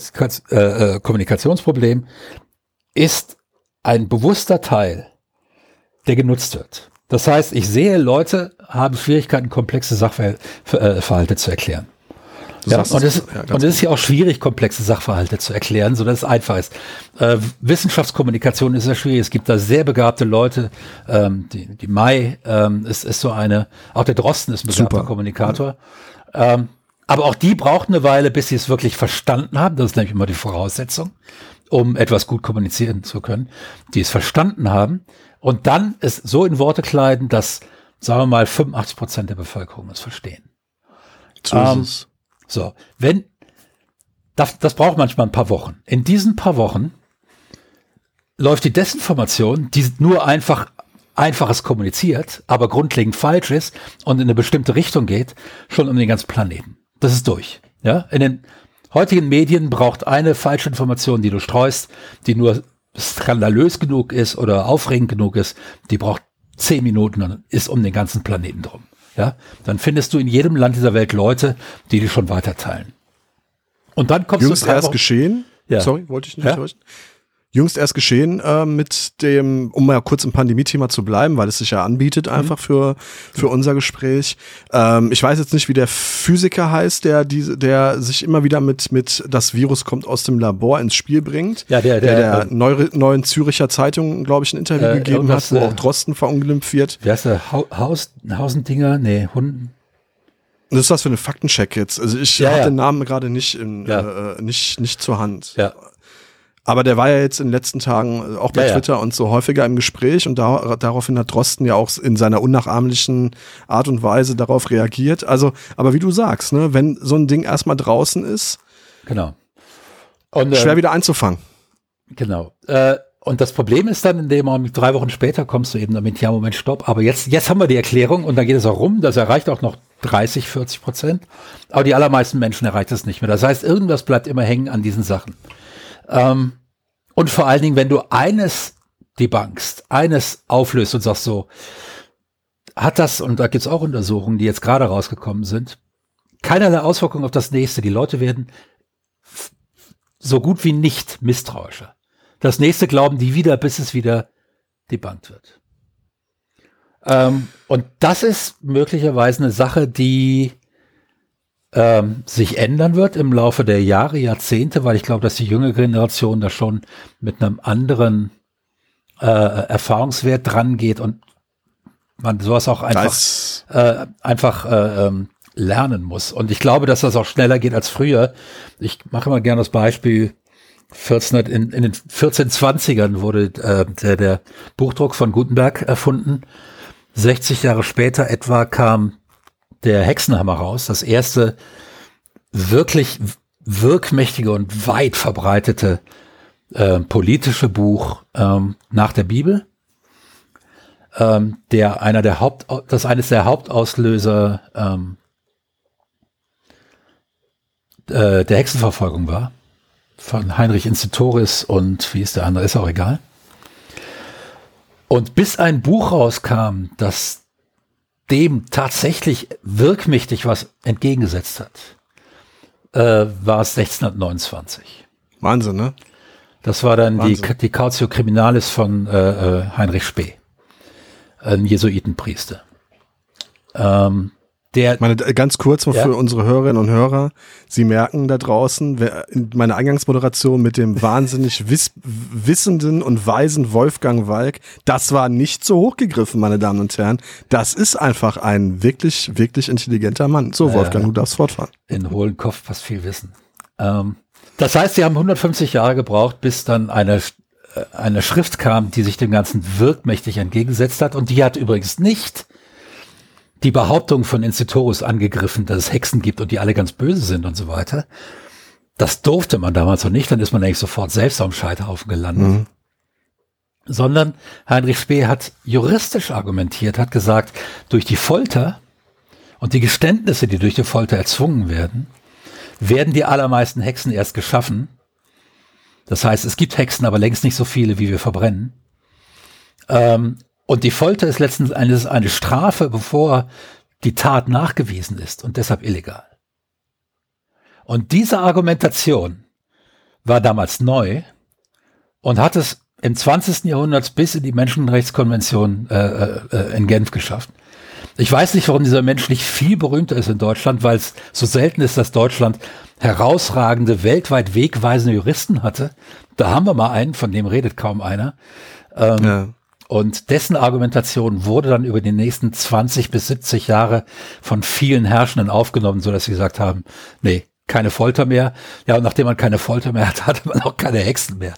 Kommunikationsproblem ist ein bewusster Teil, der genutzt wird. Das heißt, ich sehe, Leute haben Schwierigkeiten, komplexe Sachverhalte zu erklären. Ja, und es ist ja auch schwierig, komplexe Sachverhalte zu erklären, so dass es einfach ist. Wissenschaftskommunikation ist ja schwierig. Es gibt da sehr begabte Leute. Die Mai ist so eine. Auch der Drosten ist ein begabter Kommunikator. Aber auch die braucht eine Weile, bis sie es wirklich verstanden haben. Das ist nämlich immer die Voraussetzung, um etwas gut kommunizieren zu können. Die es verstanden haben und dann es so in Worte kleiden, dass, sagen wir mal, 85% der Bevölkerung es verstehen. So ist es. So, das braucht manchmal ein paar Wochen. In diesen paar Wochen läuft die Desinformation, die nur einfaches kommuniziert, aber grundlegend falsch ist und in eine bestimmte Richtung geht, schon um den ganzen Planeten. Das ist durch. Ja, in den heutigen Medien braucht eine falsche Information, die du streust, die nur skandalös genug ist oder aufregend genug ist, die braucht 10 Minuten und ist um den ganzen Planeten drum. Ja, dann findest du in jedem Land dieser Welt Leute, die schon weiterteilen. Und dann kommst Jüngst erst geschehen. Ja. Sorry, wollte ich nicht täuschen. Jüngst erst geschehen mit dem, um mal kurz im Pandemie-Thema zu bleiben, weil es sich ja anbietet einfach für unser Gespräch. Ich weiß jetzt nicht, wie der Physiker heißt, der sich immer wieder mit das Virus kommt aus dem Labor ins Spiel bringt. Ja, der neuen Züricher Zeitung, glaube ich, ein Interview gegeben hat, wo auch Drosten verunglimpft wird. Wie heißt der? Hausendinger? Nee, Hunden. Was ist das für eine Faktencheck jetzt? Also ich habe den Namen gerade nicht nicht zur Hand. Ja. Aber der war ja jetzt in den letzten Tagen auch bei Twitter und so häufiger im Gespräch und daraufhin hat Drosten ja auch in seiner unnachahmlichen Art und Weise darauf reagiert. Also, aber wie du sagst, ne, wenn so ein Ding erstmal draußen ist, genau. Und, schwer wieder einzufangen. Genau. Und das Problem ist dann, in dem 3 Wochen später kommst du eben damit, ja, Moment, stopp, aber jetzt haben wir die Erklärung und dann geht es auch rum, das erreicht auch noch 30-40%, aber die allermeisten Menschen erreicht es nicht mehr. Das heißt, irgendwas bleibt immer hängen an diesen Sachen. Und vor allen Dingen, wenn du eines debunkst, eines auflöst und sagst so, hat das, und da gibt's auch Untersuchungen, die jetzt gerade rausgekommen sind, keinerlei Auswirkungen auf das nächste. Die Leute werden so gut wie nicht misstrauischer. Das nächste glauben die wieder, bis es wieder debunked wird. Und das ist möglicherweise eine Sache, die sich ändern wird im Laufe der Jahre, Jahrzehnte, weil ich glaube, dass die jüngere Generation da schon mit einem anderen Erfahrungswert dran geht und man sowas auch einfach lernen muss. Und ich glaube, dass das auch schneller geht als früher. Ich mache immer gerne das Beispiel, in den 1420ern wurde der Buchdruck von Gutenberg erfunden. 60 Jahre später etwa kam der Hexenhammer raus, das erste wirklich wirkmächtige und weit verbreitete politische Buch nach der Bibel, das eines der Hauptauslöser der Hexenverfolgung war, von Heinrich Incitoris und wie ist der andere, ist auch egal. Und bis ein Buch rauskam, das dem tatsächlich wirkmächtig was entgegengesetzt hat, war es 1629. Wahnsinn, ne? Das war dann die Cautio Criminalis von Heinrich Spee, ein Jesuitenpriester. Ganz kurz mal für unsere Hörerinnen und Hörer, Sie merken da draußen, in meiner Eingangsmoderation mit dem wahnsinnig wissenden und weisen Wolfgang Walk, das war nicht so hochgegriffen, meine Damen und Herren. Das ist einfach ein wirklich, wirklich intelligenter Mann. So, Wolfgang, du darfst fortfahren. In hohlen Kopf passt viel Wissen. Das heißt, sie haben 150 Jahre gebraucht, bis dann eine Schrift kam, die sich dem Ganzen wirkmächtig entgegengesetzt hat. Und die hat übrigens nicht die Behauptung von Incitoris angegriffen, dass es Hexen gibt und die alle ganz böse sind und so weiter. Das durfte man damals noch nicht, dann ist man eigentlich sofort selbst am Scheiterhaufen gelandet. Mhm. Sondern Heinrich Spee hat juristisch argumentiert, hat gesagt, durch die Folter und die Geständnisse, die durch die Folter erzwungen werden, werden die allermeisten Hexen erst geschaffen, Das heißt, es gibt Hexen, aber längst nicht so viele, wie wir verbrennen. Und die Folter ist letzten Endes eine Strafe, bevor die Tat nachgewiesen ist und deshalb illegal. Und diese Argumentation war damals neu und hat es im 20. Jahrhundert bis in die Menschenrechtskonvention in Genf geschafft. Ich weiß nicht, warum dieser Mensch nicht viel berühmter ist in Deutschland, weil es so selten ist, dass Deutschland herausragende, weltweit wegweisende Juristen hatte. Da haben wir mal einen, von dem redet kaum einer. Und dessen Argumentation wurde dann über die nächsten 20 bis 70 Jahre von vielen Herrschenden aufgenommen, sodass sie gesagt haben, nee, keine Folter mehr. Ja, und nachdem man keine Folter mehr hatte, hatte man auch keine Hexen mehr.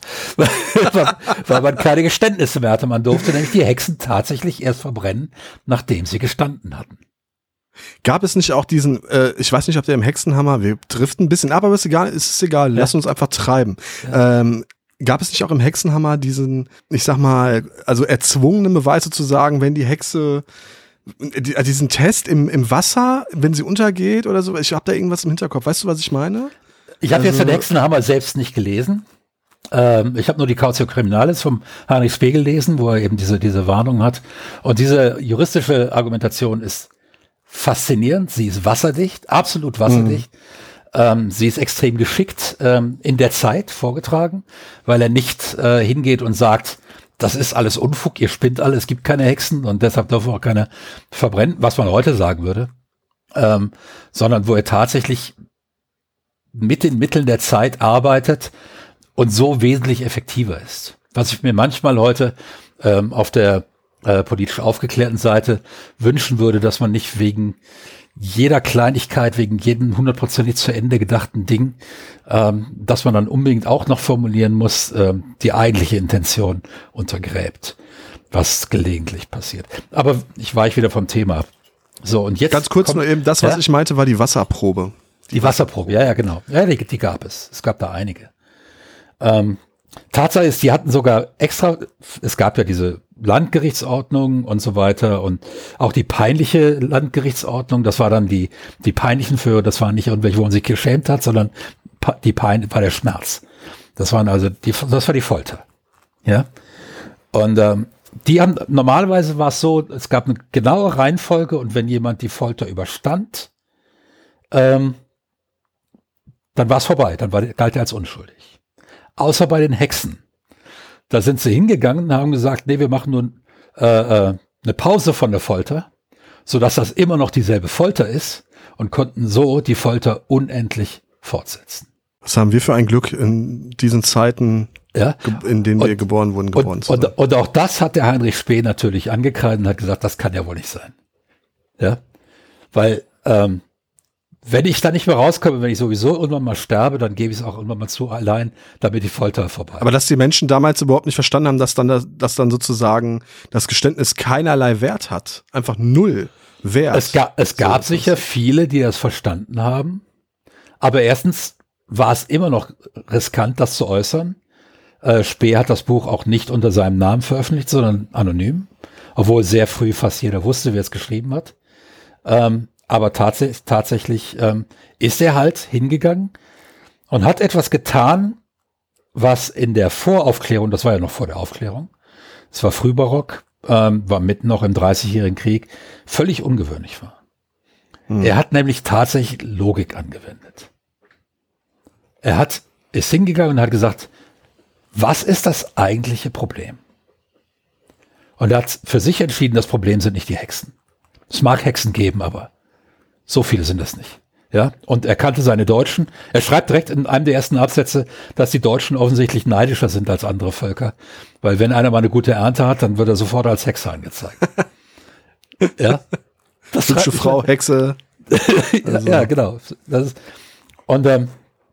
Weil man keine Geständnisse mehr hatte. Man durfte nämlich die Hexen tatsächlich erst verbrennen, nachdem sie gestanden hatten. Gab es nicht auch diesen, ich weiß nicht, ob der im Hexenhammer, wir driften ein bisschen ab, aber ist egal, lass uns einfach treiben. Ja. Gab es nicht auch im Hexenhammer diesen, ich sag mal, also erzwungenen Beweis sozusagen, wenn die Hexe diesen Test im Wasser, wenn sie untergeht oder so, ich habe da irgendwas im Hinterkopf. Weißt du, was ich meine? Ich habe jetzt den Hexenhammer selbst nicht gelesen. Ich habe nur die Cautio Criminalis vom Heinrich Spegel gelesen, wo er eben diese Warnung hat. Und diese juristische Argumentation ist faszinierend. Sie ist wasserdicht, absolut wasserdicht. Sie ist extrem geschickt in der Zeit vorgetragen, weil er nicht hingeht und sagt, das ist alles Unfug, ihr spinnt alle, es gibt keine Hexen und deshalb dürfen auch keine verbrennen, was man heute sagen würde, sondern wo er tatsächlich mit den Mitteln der Zeit arbeitet und so wesentlich effektiver ist. Was ich mir manchmal heute auf der politisch aufgeklärten Seite wünschen würde, dass man nicht wegen jeder Kleinigkeit, wegen jedem 100% zu Ende gedachten Ding, dass man dann unbedingt auch noch formulieren muss, die eigentliche Intention untergräbt, was gelegentlich passiert. Aber ich weiche wieder vom Thema ab. So, und jetzt ganz kurz nur eben, das, was ich meinte, war die Wasserprobe. Die Wasserprobe, ja, genau. Ja, die gab es. Es gab da einige. Tatsache ist, die hatten sogar extra, es gab ja diese Landgerichtsordnung und so weiter und auch die peinliche Landgerichtsordnung, das war dann die peinlichen für, das waren nicht irgendwelche, wo man sich geschämt hat, sondern die Pein war der Schmerz. Das waren also das war die Folter. Ja. Und die haben, normalerweise war es so, es gab eine genaue Reihenfolge und wenn jemand die Folter überstand, dann war es vorbei, dann galt er als unschuldig. Außer bei den Hexen. Da sind sie hingegangen und haben gesagt, nee, wir machen nur eine Pause von der Folter, sodass das immer noch dieselbe Folter ist und konnten so die Folter unendlich fortsetzen. Was haben wir für ein Glück in diesen Zeiten, ja? In denen wir geboren wurden, geboren zu sein. Und auch das hat der Heinrich Spee natürlich angekreidet und hat gesagt, das kann ja wohl nicht sein. Ja, weil wenn ich da nicht mehr rauskomme, wenn ich sowieso irgendwann mal sterbe, dann gebe ich es auch irgendwann mal zu allein, damit die Folter vorbei. Aber dass die Menschen damals überhaupt nicht verstanden haben, dass dann sozusagen das Geständnis keinerlei Wert hat. Einfach null Wert. Es gab sicher viele, die das verstanden haben. Aber erstens war es immer noch riskant, das zu äußern. Spee hat das Buch auch nicht unter seinem Namen veröffentlicht, sondern anonym. Obwohl sehr früh fast jeder wusste, wer es geschrieben hat. Aber tatsächlich ist er halt hingegangen und hat etwas getan, was in der Voraufklärung, das war ja noch vor der Aufklärung, es war Frühbarock, war mitten noch im 30-jährigen Krieg, völlig ungewöhnlich war. Er hat nämlich tatsächlich Logik angewendet. Ist hingegangen und hat gesagt, was ist das eigentliche Problem? Und er hat für sich entschieden, das Problem sind nicht die Hexen. Es mag Hexen geben, aber so viele sind das nicht. Ja, und er kannte seine Deutschen. Er schreibt direkt in einem der ersten Absätze, dass die Deutschen offensichtlich neidischer sind als andere Völker. Weil wenn einer mal eine gute Ernte hat, dann wird er sofort als Hexe angezeigt. Ja. Das hübsche Frau, Hexe. Also. Ja, genau. Und er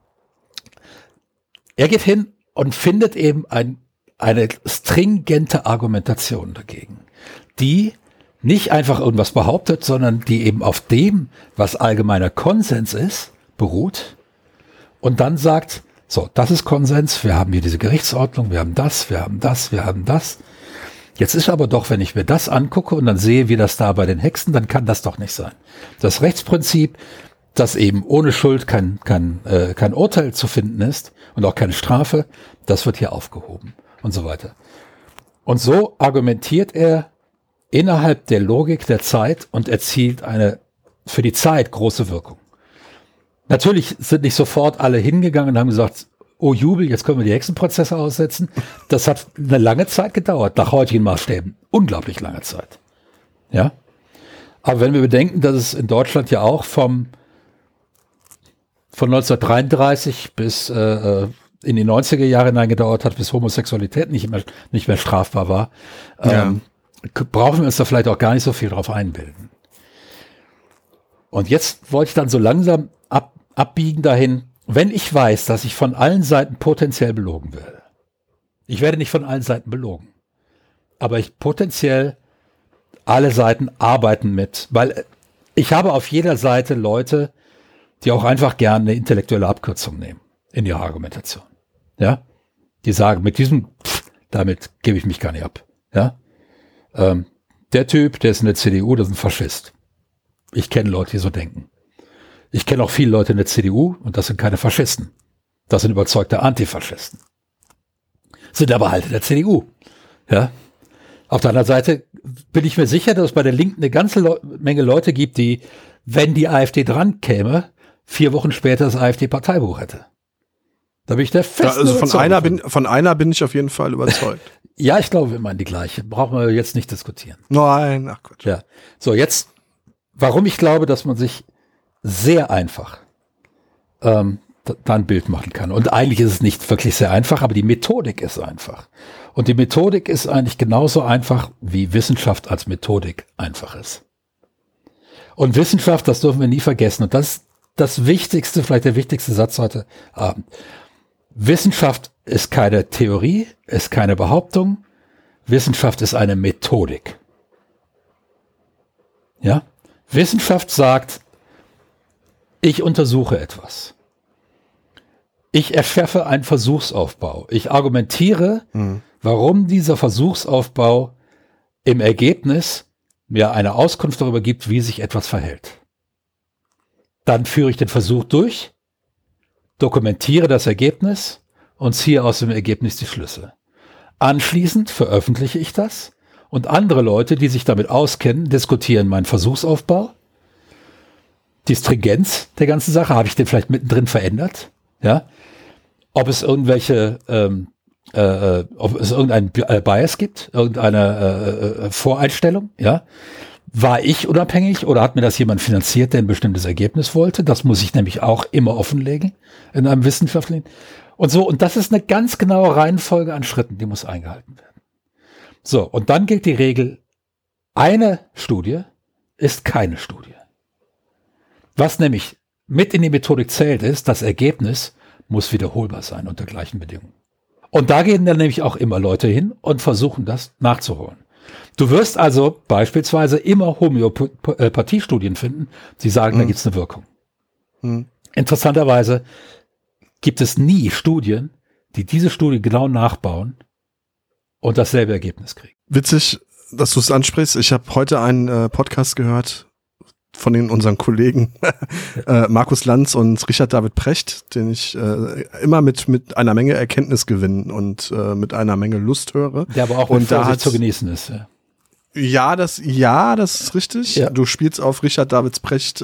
geht hin und findet eben eine stringente Argumentation dagegen, die nicht einfach irgendwas behauptet, sondern die eben auf dem, was allgemeiner Konsens ist, beruht und dann sagt, so, das ist Konsens, wir haben hier diese Gerichtsordnung, wir haben das, wir haben das, wir haben das. Jetzt ist aber doch, wenn ich mir das angucke und dann sehe, wie das da bei den Hexen, dann kann das doch nicht sein. Das Rechtsprinzip, dass eben ohne Schuld kein Urteil zu finden ist und auch keine Strafe, das wird hier aufgehoben und so weiter. Und so argumentiert er innerhalb der Logik der Zeit und erzielt eine für die Zeit große Wirkung. Natürlich sind nicht sofort alle hingegangen und haben gesagt, oh Jubel, jetzt können wir die Hexenprozesse aussetzen. Das hat eine lange Zeit gedauert, nach heutigen Maßstäben. Unglaublich lange Zeit. Ja. Aber wenn wir bedenken, dass es in Deutschland ja auch von 1933 bis in die 90er Jahre hinein gedauert hat, bis Homosexualität nicht mehr strafbar war, brauchen wir uns da vielleicht auch gar nicht so viel drauf einbilden. Und jetzt wollte ich dann so langsam abbiegen dahin, wenn ich weiß, dass ich von allen Seiten potenziell belogen werde. Ich werde nicht von allen Seiten belogen, aber ich potenziell alle Seiten arbeiten mit, weil ich habe auf jeder Seite Leute, die auch einfach gerne eine intellektuelle Abkürzung nehmen in ihrer Argumentation. Ja, die sagen, damit gebe ich mich gar nicht ab. Ja, der Typ, der ist in der CDU, das ist ein Faschist. Ich kenne Leute, die so denken. Ich kenne auch viele Leute in der CDU und das sind keine Faschisten. Das sind überzeugte Antifaschisten. Sind aber halt in der CDU. Ja. Auf der anderen Seite bin ich mir sicher, dass es bei der Linken eine ganze Menge Leute gibt, die, wenn die AfD dran käme, 4 Wochen später das AfD-Parteibuch hätte. Da bin ich der festen Überzeugung. Von einer bin ich auf jeden Fall überzeugt. Ja, ich glaube, wir meinen die gleiche. Brauchen wir jetzt nicht diskutieren. Nein, ach Gott. Ja. So, jetzt, warum ich glaube, dass man sich sehr einfach da ein Bild machen kann. Und eigentlich ist es nicht wirklich sehr einfach, aber die Methodik ist einfach. Und die Methodik ist eigentlich genauso einfach, wie Wissenschaft als Methodik einfach ist. Und Wissenschaft, das dürfen wir nie vergessen. Und das ist das Wichtigste, vielleicht der wichtigste Satz heute Abend. Wissenschaft ist keine Theorie, ist keine Behauptung. Wissenschaft ist eine Methodik. Ja? Wissenschaft sagt, ich untersuche etwas. Ich erschaffe einen Versuchsaufbau. Ich argumentiere, warum dieser Versuchsaufbau im Ergebnis mir eine Auskunft darüber gibt, wie sich etwas verhält. Dann führe ich den Versuch durch, dokumentiere das Ergebnis und ziehe aus dem Ergebnis die Schlüsse. Anschließend veröffentliche ich das und andere Leute, die sich damit auskennen, diskutieren meinen Versuchsaufbau. Die Stringenz der ganzen Sache, habe ich den vielleicht mittendrin verändert? Ja? Ob es irgendwelche, ob es irgendeinen Bias gibt, irgendeine Voreinstellung, ja? War ich unabhängig oder hat mir das jemand finanziert, der ein bestimmtes Ergebnis wollte? Das muss ich nämlich auch immer offenlegen in einem wissenschaftlichen. Und so, und das ist eine ganz genaue Reihenfolge an Schritten, die muss eingehalten werden. So, und dann gilt die Regel, eine Studie ist keine Studie. Was nämlich mit in die Methodik zählt, ist, das Ergebnis muss wiederholbar sein unter gleichen Bedingungen. Und da gehen dann nämlich auch immer Leute hin und versuchen das nachzuholen. Du wirst also beispielsweise immer Homöopathiestudien finden, die sagen, da gibt es eine Wirkung. Interessanterweise gibt es nie Studien, die diese Studie genau nachbauen und dasselbe Ergebnis kriegen. Witzig, dass du es ansprichst. Ich habe heute einen Podcast gehört von unseren Kollegen Markus Lanz und Richard David Precht, den ich immer mit einer Menge Erkenntnisgewinn und mit einer Menge Lust höre. Der aber auch mit Vorsicht zu genießen ist. Ja, das ist richtig. Ja. Du spielst auf Richard David Precht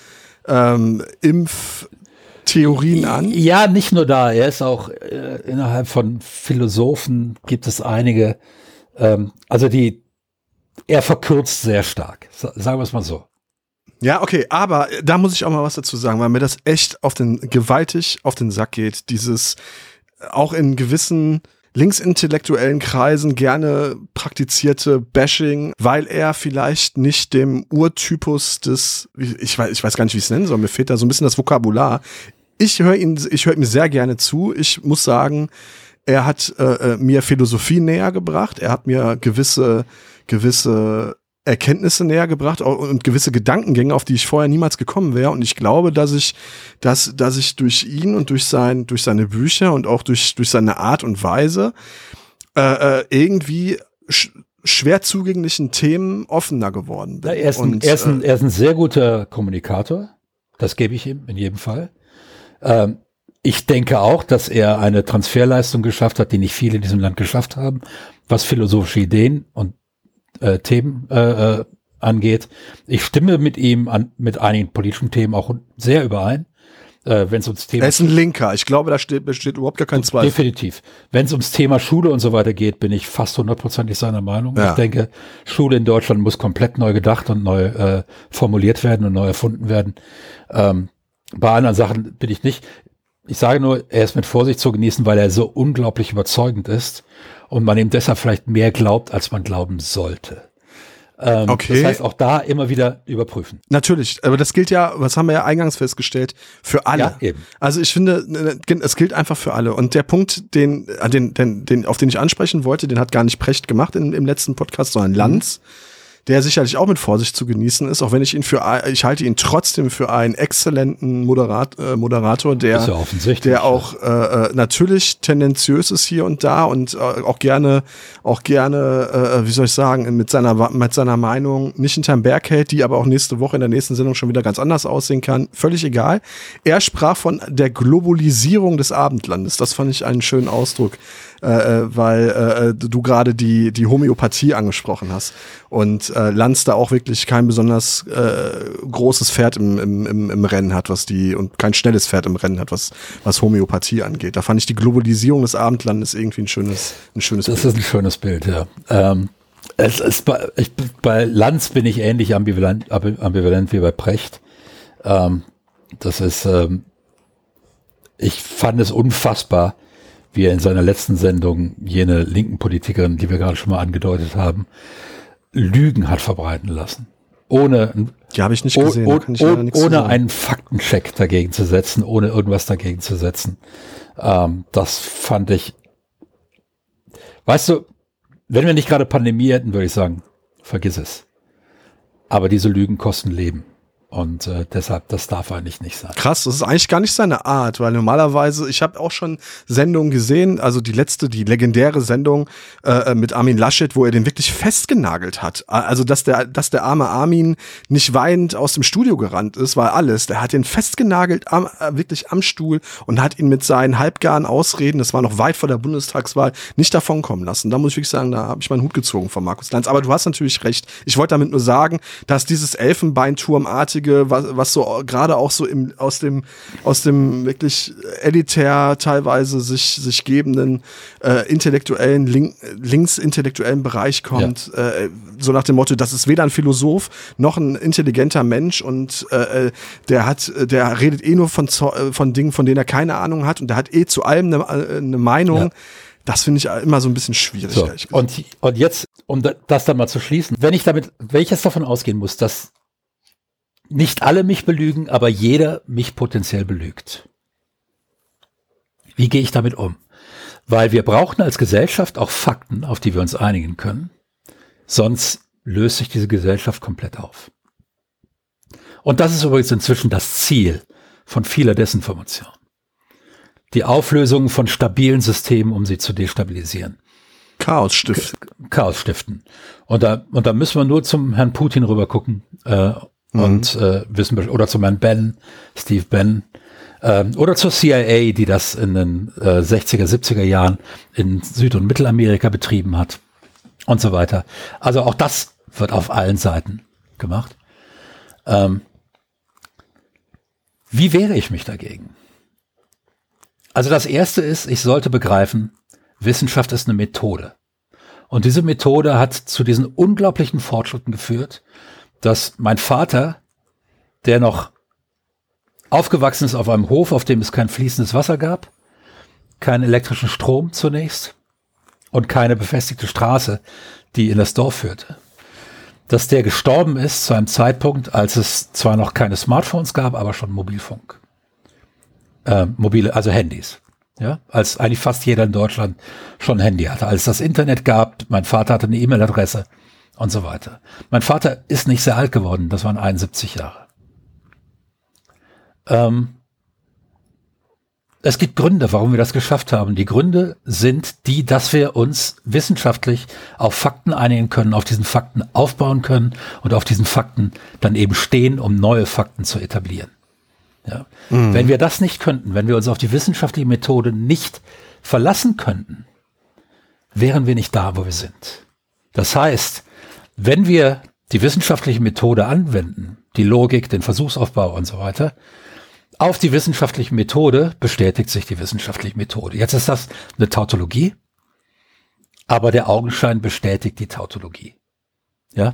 Impftheorien an. Ja, nicht nur da. Er ist auch innerhalb von Philosophen gibt es einige, er verkürzt sehr stark. Sagen wir es mal so. Ja, okay, aber da muss ich auch mal was dazu sagen, weil mir das echt gewaltig auf den Sack geht, dieses auch in gewissen linksintellektuellen Kreisen gerne praktizierte Bashing, weil er vielleicht nicht dem Urtypus des, ich weiß gar nicht, wie ich es nennen soll, mir fehlt da so ein bisschen das Vokabular. Ich höre ihm sehr gerne zu. Ich muss sagen, er hat mir Philosophie näher gebracht, er hat mir gewisse Erkenntnisse näher gebracht und gewisse Gedankengänge, auf die ich vorher niemals gekommen wäre. Und ich glaube, dass ich durch ihn und durch seine Bücher und auch durch seine Art und Weise irgendwie schwer zugänglichen Themen offener geworden bin. Er ist ein sehr guter Kommunikator. Das gebe ich ihm in jedem Fall. Ich denke auch, dass er eine Transferleistung geschafft hat, die nicht viele in diesem Land geschafft haben, was philosophische Ideen und Themen angeht. Ich stimme mit ihm mit einigen politischen Themen auch sehr überein. Wenn es ums Thema, er ist ein Linker. Ich glaube, da besteht überhaupt gar kein Zweifel. Definitiv. Wenn es ums Thema Schule und so weiter geht, bin ich fast 100% seiner Meinung. Ja. Ich denke, Schule in Deutschland muss komplett neu gedacht und neu formuliert werden und neu erfunden werden. Bei anderen Sachen bin ich nicht. Ich sage nur, er ist mit Vorsicht zu genießen, weil er so unglaublich überzeugend ist und man ihm deshalb vielleicht mehr glaubt, als man glauben sollte. Okay. Das heißt, auch da immer wieder überprüfen. Natürlich, aber das gilt ja, was haben wir ja eingangs festgestellt, für alle. Ja, eben. Also ich finde, es gilt einfach für alle. Und der Punkt, auf den ich ansprechen wollte, den hat gar nicht Precht gemacht im letzten Podcast, sondern Lanz, der sicherlich auch mit Vorsicht zu genießen ist, auch wenn ich ich halte ihn trotzdem für einen exzellenten Moderator, der auch natürlich tendenziös ist hier und da und auch gerne, wie soll ich sagen, mit seiner Meinung nicht hinterm Berg hält, die aber auch nächste Woche in der nächsten Sendung schon wieder ganz anders aussehen kann. Völlig egal. Er sprach von der Globalisierung des Abendlandes. Das fand ich einen schönen Ausdruck, weil du gerade die Homöopathie angesprochen hast und Lanz da auch wirklich kein besonders großes Pferd im Rennen hat, und kein schnelles Pferd im Rennen hat, was Homöopathie angeht. Da fand ich die Globalisierung des Abendlandes irgendwie ein schönes Bild. Das ist ein schönes Bild, ja. Bei Lanz bin ich ähnlich ambivalent wie bei Precht. Ich fand es unfassbar, wie er in seiner letzten Sendung jene linken Politikerin, die wir gerade schon mal angedeutet haben, Lügen hat verbreiten lassen. Die habe ich nicht gesehen. Ohne einen Faktencheck dagegen zu setzen, ohne irgendwas dagegen zu setzen. Das fand ich, weißt du, wenn wir nicht gerade Pandemie hätten, würde ich sagen, vergiss es. Aber diese Lügen kosten Leben. Und deshalb, das darf eigentlich nicht sein. Krass, das ist eigentlich gar nicht seine Art, weil normalerweise, ich habe auch schon Sendungen gesehen, also die legendäre Sendung mit Armin Laschet, wo er den wirklich festgenagelt hat. Also dass der arme Armin nicht weinend aus dem Studio gerannt ist, war alles. Der hat den festgenagelt, wirklich am Stuhl und hat ihn mit seinen halbgaren Ausreden, das war noch weit vor der Bundestagswahl, nicht davonkommen lassen. Da muss ich wirklich sagen, da habe ich meinen Hut gezogen von Markus Lanz. Aber du hast natürlich recht. Ich wollte damit nur sagen, dass dieses Elfenbeinturmartige, was so gerade auch so aus dem wirklich elitär teilweise sich gebenden linksintellektuellen Bereich kommt, so nach dem Motto, das ist weder ein Philosoph noch ein intelligenter Mensch und der redet nur von Dingen, von denen er keine Ahnung hat und der hat zu allem eine Meinung. Ja. Das finde ich immer so ein bisschen schwierig. So, und jetzt, um das dann mal zu schließen, wenn ich jetzt davon ausgehen muss, dass nicht alle mich belügen, aber jeder mich potenziell belügt. Wie gehe ich damit um? Weil wir brauchen als Gesellschaft auch Fakten, auf die wir uns einigen können. Sonst löst sich diese Gesellschaft komplett auf. Und das ist übrigens inzwischen das Ziel von vieler Desinformation. Die Auflösung von stabilen Systemen, um sie zu destabilisieren. Chaos stiften. Und da müssen wir nur zum Herrn Putin rüber gucken, und wissen, oder zu Herrn Steve Bannon, oder zur CIA, die das in den 60er, 70er Jahren in Süd- und Mittelamerika betrieben hat und so weiter. Also auch das wird auf allen Seiten gemacht. Wie wehre ich mich dagegen? Also das Erste ist, ich sollte begreifen, Wissenschaft ist eine Methode. Und diese Methode hat zu diesen unglaublichen Fortschritten geführt, dass mein Vater, der noch aufgewachsen ist auf einem Hof, auf dem es kein fließendes Wasser gab, keinen elektrischen Strom zunächst und keine befestigte Straße, die in das Dorf führte, dass der gestorben ist zu einem Zeitpunkt, als es zwar noch keine Smartphones gab, aber schon Mobilfunk. Also Handys. Ja, als eigentlich fast jeder in Deutschland schon ein Handy hatte. Als es das Internet gab, mein Vater hatte eine E-Mail-Adresse und so weiter. Mein Vater ist nicht sehr alt geworden, das waren 71 Jahre. Es gibt Gründe, warum wir das geschafft haben. Die Gründe sind die, dass wir uns wissenschaftlich auf Fakten einigen können, auf diesen Fakten aufbauen können und auf diesen Fakten dann eben stehen, um neue Fakten zu etablieren. Ja? Wenn wir das nicht könnten, wenn wir uns auf die wissenschaftliche Methode nicht verlassen könnten, wären wir nicht da, wo wir sind. Das heißt, wenn wir die wissenschaftliche Methode anwenden, die Logik, den Versuchsaufbau und so weiter, auf die wissenschaftliche Methode bestätigt sich die wissenschaftliche Methode. Jetzt ist das eine Tautologie, aber der Augenschein bestätigt die Tautologie. Ja?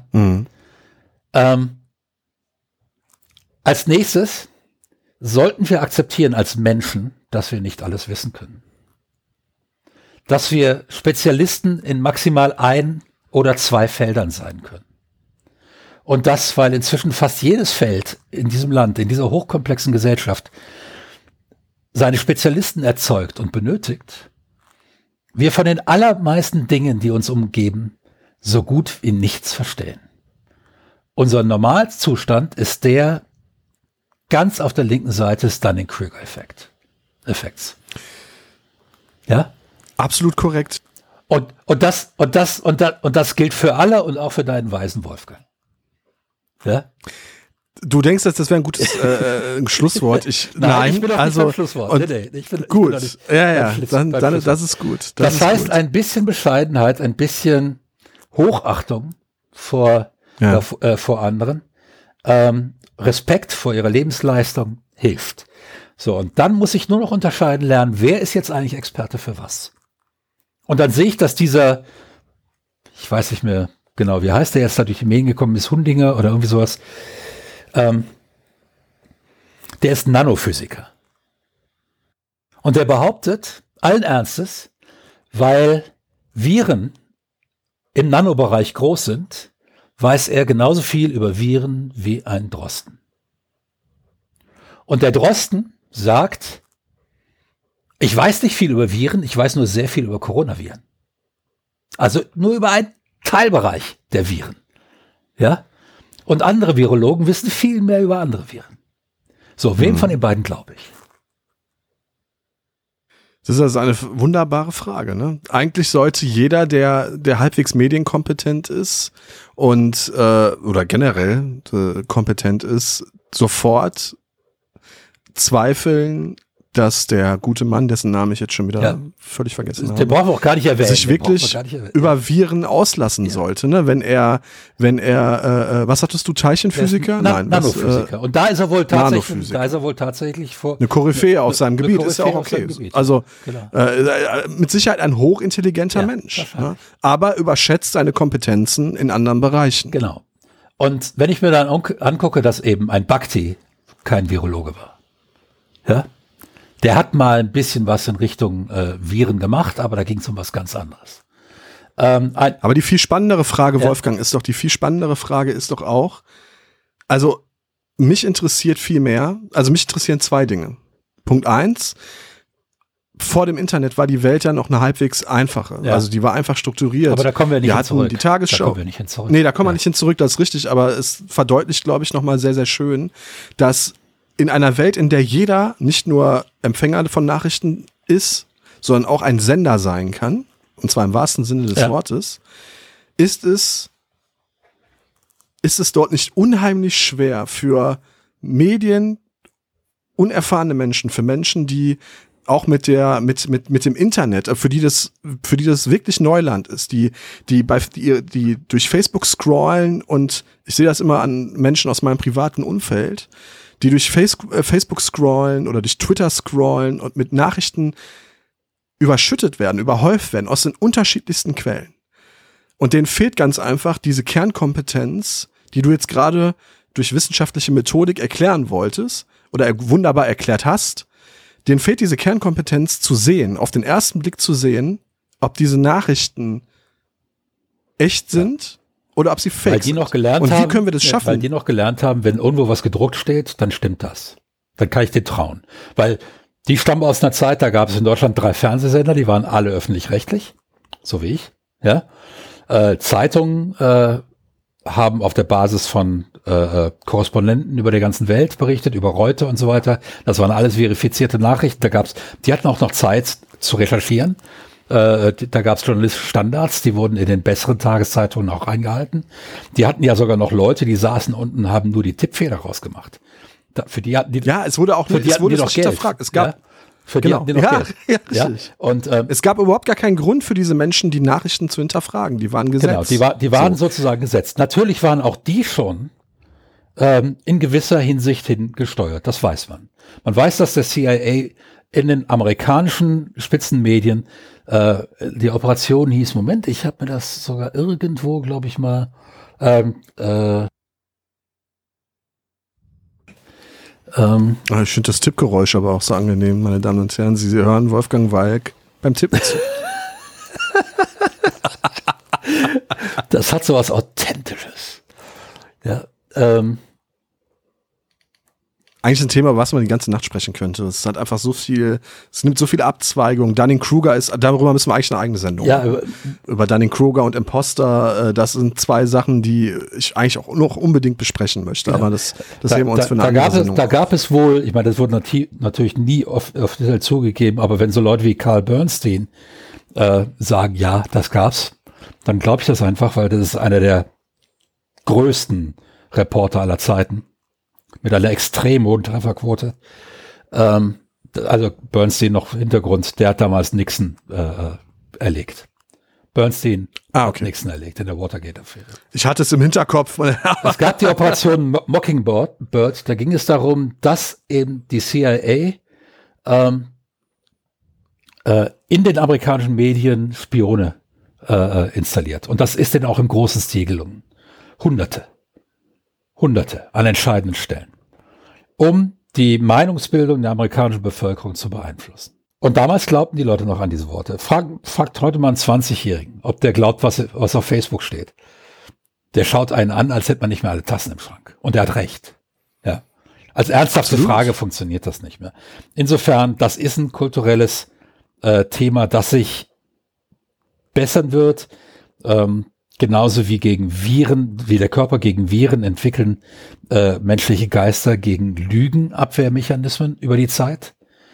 Als nächstes sollten wir akzeptieren als Menschen, dass wir nicht alles wissen können. Dass wir Spezialisten in maximal 1 oder 2 Feldern sein können. Und das, weil inzwischen fast jedes Feld in diesem Land, in dieser hochkomplexen Gesellschaft, seine Spezialisten erzeugt und benötigt, wir von den allermeisten Dingen, die uns umgeben, so gut wie nichts verstehen. Unser Normalzustand ist der ganz auf der linken Seite des Dunning-Kruger-Effekts. Ja? Absolut korrekt. Und das gilt für alle und auch für deinen weisen Wolfgang. Ja? Du denkst, dass das wäre ein gutes Schlusswort. Nein, ich bin doch nicht beim Schlusswort. Ich bin gut, dann das ist gut. Das heißt, gut. Ein bisschen Bescheidenheit, ein bisschen Hochachtung vor anderen, Respekt vor ihrer Lebensleistung hilft. So, und dann muss ich nur noch unterscheiden lernen, wer ist jetzt eigentlich Experte für was. Und dann sehe ich, dass ich weiß nicht mehr genau, wie heißt der jetzt da durch die Medien gekommen ist, Hundinger oder irgendwie sowas, der ist Nanophysiker. Und der behauptet, allen Ernstes, weil Viren im Nanobereich groß sind, weiß er genauso viel über Viren wie ein Drosten. Und der Drosten sagt, ich weiß nicht viel über Viren, ich weiß nur sehr viel über Coronaviren. Also nur über einen Teilbereich der Viren. Ja? Und andere Virologen wissen viel mehr über andere Viren. So, wem von den beiden glaube ich? Das ist also eine wunderbare Frage, ne? Eigentlich sollte jeder, der halbwegs medienkompetent ist und oder generell kompetent ist, sofort zweifeln, dass der gute Mann, dessen Namen ich jetzt schon wieder völlig vergessen habe, den brauchen wir auch gar nicht erwähnen, sich wirklich über Viren auslassen sollte, ne? Wenn er, was hattest du, Teilchenphysiker? Nein, Nanophysiker. Und da ist er wohl tatsächlich vor. Eine Koryphäe auf seinem Gebiet ist ja auch okay. Also mit Sicherheit ein hochintelligenter Mensch, ne? Aber überschätzt seine Kompetenzen in anderen Bereichen. Genau. Und wenn ich mir dann angucke, dass eben ein Bhakti kein Virologe war, ja, der hat mal ein bisschen was in Richtung Viren gemacht, aber da ging es um was ganz anderes. Aber die viel spannendere Frage, Wolfgang, ist doch auch, also mich interessieren 2 Dinge. Punkt 1, vor dem Internet war die Welt ja noch eine halbwegs einfache. Ja. Also die war einfach strukturiert. Aber da kommen wir nicht hin zurück. Die Tagesschau. Da kommen wir nicht hin zurück. Nee, da kommen wir nicht hin zurück, das ist richtig, aber es verdeutlicht, glaube ich, nochmal sehr, sehr schön, dass in einer Welt, in der jeder nicht nur Empfänger von Nachrichten ist, sondern auch ein Sender sein kann, und zwar im wahrsten Sinne des Wortes, ist es dort nicht unheimlich schwer für Medien, unerfahrene Menschen, für Menschen, die auch mit dem Internet, für die das wirklich Neuland ist, die durch Facebook scrollen, und ich sehe das immer an Menschen aus meinem privaten Umfeld, die durch Facebook scrollen oder durch Twitter scrollen und mit Nachrichten überschüttet werden, überhäuft werden aus den unterschiedlichsten Quellen. Und denen fehlt ganz einfach diese Kernkompetenz, die du jetzt gerade durch wissenschaftliche Methodik erklären wolltest oder wunderbar erklärt hast. Denen fehlt diese Kernkompetenz zu sehen, auf den ersten Blick zu sehen, ob diese Nachrichten echt sind oder ob sie fake sind. Weil die noch gelernt haben, wie können wir das schaffen? Weil die noch gelernt haben, wenn irgendwo was gedruckt steht, dann stimmt das. Dann kann ich dir trauen. Weil die stammen aus einer Zeit, da gab es in Deutschland 3 Fernsehsender, die waren alle öffentlich-rechtlich, so wie ich. Ja? Zeitungen haben auf der Basis von Korrespondenten über der ganzen Welt berichtet, über Reuters und so weiter. Das waren alles verifizierte Nachrichten. Die hatten auch noch Zeit zu recherchieren. Da gab es journalistische Standards, die wurden in den besseren Tageszeitungen auch eingehalten. Die hatten ja sogar noch Leute, die saßen unten und haben nur die Tippfehler rausgemacht. Für die hatten die, es wurde auch es wurde noch Geld hinterfragt. Es gab für die hatten die noch Geld. Ja, richtig. Und es gab überhaupt gar keinen Grund für diese Menschen, die Nachrichten zu hinterfragen. Die waren gesetzt. Genau, die waren sozusagen gesetzt. Natürlich waren auch die schon in gewisser Hinsicht hingesteuert. Das weiß man. Man weiß, dass der CIA in den amerikanischen Spitzenmedien die Operation hieß, Moment, ich habe mir das sogar irgendwo, glaube ich mal, ich finde das Tippgeräusch aber auch so angenehm, meine Damen und Herren. Sie hören Wolfgang Walk beim Tippen zu. Das hat so was Authentisches. Ja, eigentlich ein Thema, was man die ganze Nacht sprechen könnte. Es hat einfach so viel, es nimmt so viele Abzweigungen. Dunning-Kruger darüber müssen wir eigentlich eine eigene Sendung machen. Über Dunning-Kruger und Imposter, das sind zwei Sachen, die ich eigentlich auch noch unbedingt besprechen möchte. Aber das heben wir uns für eine andere Sendung. Da gab es wohl, ich meine, das wurde natürlich nie offiziell zugegeben, aber wenn so Leute wie Carl Bernstein sagen, ja, das gab's, dann glaube ich das einfach, weil das ist einer der größten Reporter aller Zeiten. Mit einer extrem hohen Trefferquote. Also Bernstein noch Hintergrund, der hat damals Nixon erlegt. Bernstein hat Nixon erlegt in der Watergate-Affäre. Ich hatte es im Hinterkopf. Es gab die Operation Mockingbird, da ging es darum, dass eben die CIA in den amerikanischen Medien Spione installiert. Und das ist denen auch im großen Stil gelungen. Hunderte an entscheidenden Stellen, um die Meinungsbildung der amerikanischen Bevölkerung zu beeinflussen. Und damals glaubten die Leute noch an diese Worte. Fragt heute mal einen 20-Jährigen, ob der glaubt, was auf Facebook steht. Der schaut einen an, als hätte man nicht mehr alle Tassen im Schrank. Und er hat recht. Ja. Als ernsthafte Frage funktioniert das nicht mehr. Insofern, das ist ein kulturelles Thema, das sich bessern wird. Genauso wie gegen Viren, wie der Körper gegen Viren entwickeln menschliche Geister gegen Lügenabwehrmechanismen über die Zeit.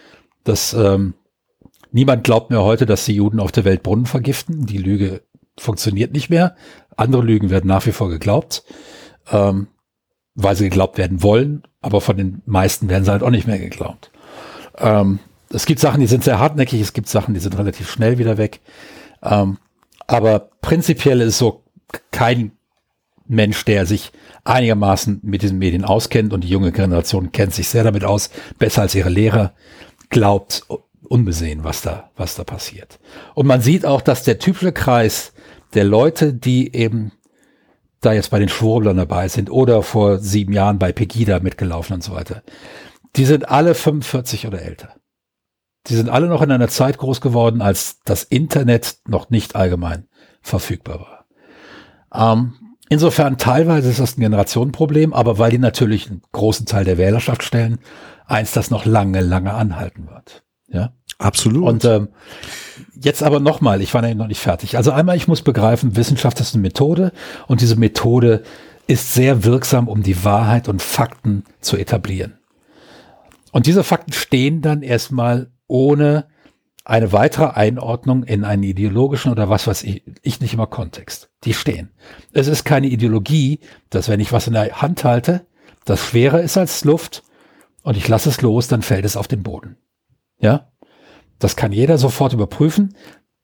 Niemand glaubt mehr heute, dass die Juden auf der Welt Brunnen vergiften. Die Lüge funktioniert nicht mehr. Andere Lügen werden nach wie vor geglaubt, weil sie geglaubt werden wollen, aber von den meisten werden sie halt auch nicht mehr geglaubt. Es gibt Sachen, die sind sehr hartnäckig, es gibt Sachen, die sind relativ schnell wieder weg. Aber prinzipiell ist so, kein Mensch, der sich einigermaßen mit diesen Medien auskennt, und die junge Generation kennt sich sehr damit aus, besser als ihre Lehrer, glaubt unbesehen, was da passiert. Und man sieht auch, dass der typische Kreis der Leute, die eben da jetzt bei den Schwurblern dabei sind oder vor 7 Jahren bei Pegida mitgelaufen und so weiter, die sind alle 45 oder älter. Die sind alle noch in einer Zeit groß geworden, als das Internet noch nicht allgemein verfügbar war. Insofern teilweise ist das ein Generationenproblem, aber weil die natürlich einen großen Teil der Wählerschaft stellen, eins, das noch lange, lange anhalten wird. Ja, absolut. Und jetzt aber nochmal, ich war noch nicht fertig. Also einmal, ich muss begreifen, Wissenschaft ist eine Methode, und diese Methode ist sehr wirksam, um die Wahrheit und Fakten zu etablieren. Und diese Fakten stehen dann erstmal ohne eine weitere Einordnung in einen ideologischen oder was weiß ich nicht immer Kontext. Die stehen. Es ist keine Ideologie, dass wenn ich was in der Hand halte, das schwerer ist als Luft und ich lasse es los, dann fällt es auf den Boden. Ja? Das kann jeder sofort überprüfen.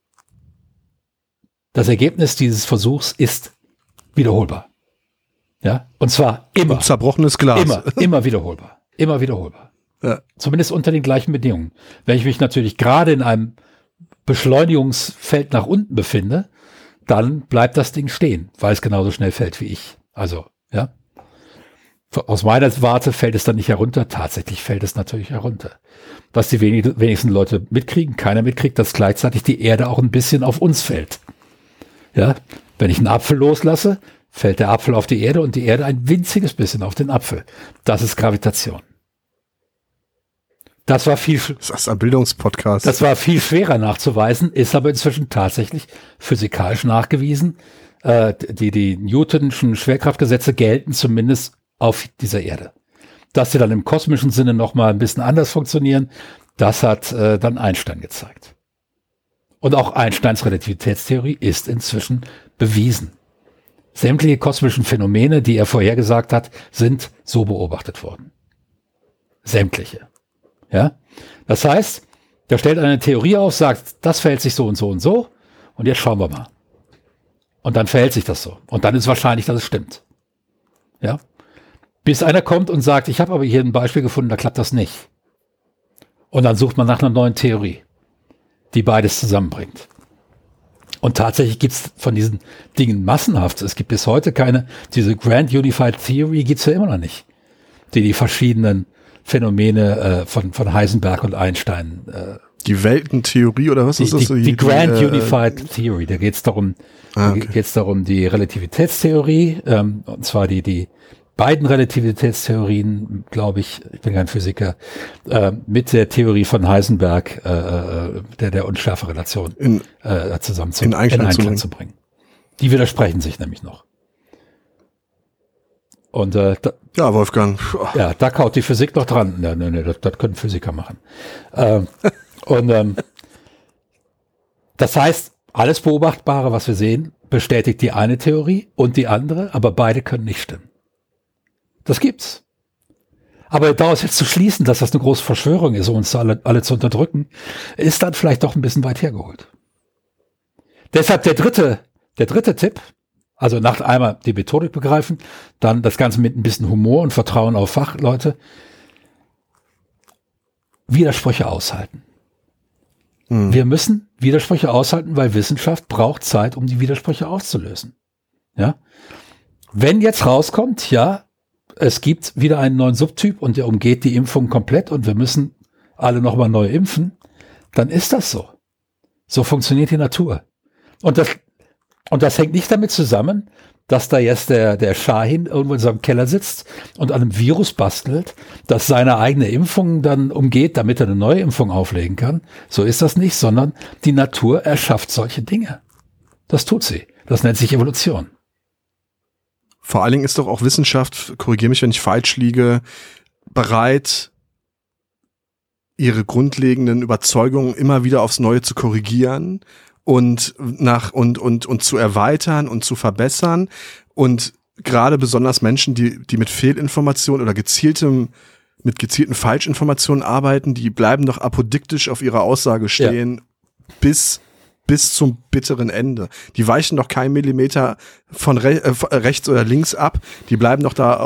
Das Ergebnis dieses Versuchs ist wiederholbar. Ja? Und zwar immer. Und zerbrochenes Glas. Immer wiederholbar. Immer wiederholbar. Ja. Zumindest unter den gleichen Bedingungen. Wenn ich mich natürlich gerade in einem Beschleunigungsfeld nach unten befinde, dann bleibt das Ding stehen, weil es genauso schnell fällt wie ich. Also, ja. Aus meiner Warte fällt es dann nicht herunter. Tatsächlich fällt es natürlich herunter. Was die wenigsten Leute mitkriegen, keiner mitkriegt, dass gleichzeitig die Erde auch ein bisschen auf uns fällt. Ja. Wenn ich einen Apfel loslasse, fällt der Apfel auf die Erde und die Erde ein winziges bisschen auf den Apfel. Das ist Gravitation. Das ist ein Bildungspodcast. Das war viel schwerer nachzuweisen, ist aber inzwischen tatsächlich physikalisch nachgewiesen. Die Newtonschen Schwerkraftgesetze gelten zumindest auf dieser Erde. Dass sie dann im kosmischen Sinne noch mal ein bisschen anders funktionieren, das hat dann Einstein gezeigt. Und auch Einsteins Relativitätstheorie ist inzwischen bewiesen. Sämtliche kosmischen Phänomene, die er vorhergesagt hat, sind so beobachtet worden. Sämtliche. Ja? Das heißt, der stellt eine Theorie auf, sagt, das verhält sich so und so und so. Und jetzt schauen wir mal. Und dann verhält sich das so. Und dann ist wahrscheinlich, dass es stimmt. Ja? Bis einer kommt und sagt, ich habe aber hier ein Beispiel gefunden, da klappt das nicht. Und dann sucht man nach einer neuen Theorie, die beides zusammenbringt. Und tatsächlich gibt es von diesen Dingen massenhaft. Es gibt bis heute diese Grand Unified Theory gibt es ja immer noch nicht, die verschiedenen Phänomene von Heisenberg und Einstein. Die Weltentheorie oder was ist das? Die Grand Unified Theory, da geht es darum, die Relativitätstheorie, und zwar die beiden Relativitätstheorien, glaube ich bin kein Physiker, mit der Theorie von Heisenberg, der Unschärferelation zusammen in Einklang zu bringen. Die widersprechen sich nämlich noch. Und ja, Wolfgang. Ja, da kaut die Physik noch dran. Nee, das können Physiker machen. Das heißt, alles Beobachtbare, was wir sehen, bestätigt die eine Theorie und die andere, aber beide können nicht stimmen. Das gibt's. Aber daraus jetzt zu schließen, dass das eine große Verschwörung ist, um uns alle zu unterdrücken, ist dann vielleicht doch ein bisschen weit hergeholt. Deshalb der dritte Tipp, also nach einmal die Methodik begreifen, dann das Ganze mit ein bisschen Humor und Vertrauen auf Fachleute, Widersprüche aushalten. Wir müssen Widersprüche aushalten, weil Wissenschaft braucht Zeit, um die Widersprüche auszulösen. Ja? Wenn jetzt rauskommt, ja, es gibt wieder einen neuen Subtyp und der umgeht die Impfung komplett und wir müssen alle nochmal neu impfen, dann ist das so. So funktioniert die Natur. Und das hängt nicht damit zusammen, dass da jetzt der Shahin irgendwo in seinem Keller sitzt und an einem Virus bastelt, das seine eigene Impfung dann umgeht, damit er eine neue Impfung auflegen kann. So ist das nicht, sondern die Natur erschafft solche Dinge. Das tut sie. Das nennt sich Evolution. Vor allen Dingen ist doch auch Wissenschaft, korrigiere mich, wenn ich falsch liege, bereit, ihre grundlegenden Überzeugungen immer wieder aufs Neue zu korrigieren und zu erweitern und zu verbessern. Und gerade besonders Menschen, die mit Fehlinformationen oder mit gezielten Falschinformationen arbeiten, die bleiben doch apodiktisch auf ihrer Aussage stehen, bis zum bitteren Ende. Die weichen doch keinen Millimeter von rechts oder links ab. Die bleiben doch da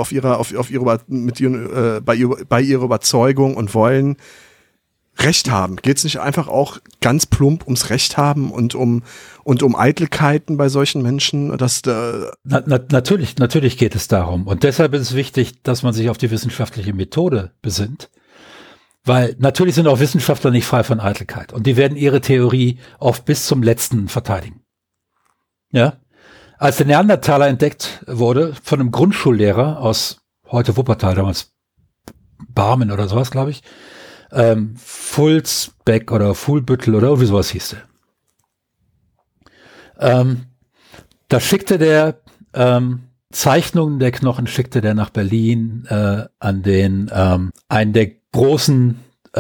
bei ihrer Überzeugung und wollen Recht haben. Geht es nicht einfach auch ganz plump ums Recht haben und um Eitelkeiten bei solchen Menschen? Natürlich geht es darum. Und deshalb ist es wichtig, dass man sich auf die wissenschaftliche Methode besinnt. Weil natürlich sind auch Wissenschaftler nicht frei von Eitelkeit. Und die werden ihre Theorie oft bis zum Letzten verteidigen. Ja? Als der Neandertaler entdeckt wurde von einem Grundschullehrer aus heute Wuppertal, damals Barmen oder sowas, glaube ich, Fulsbeck oder Fulbüttel oder irgendwie sowas hieß der. Da schickte der Zeichnungen der Knochen nach Berlin an einen der großen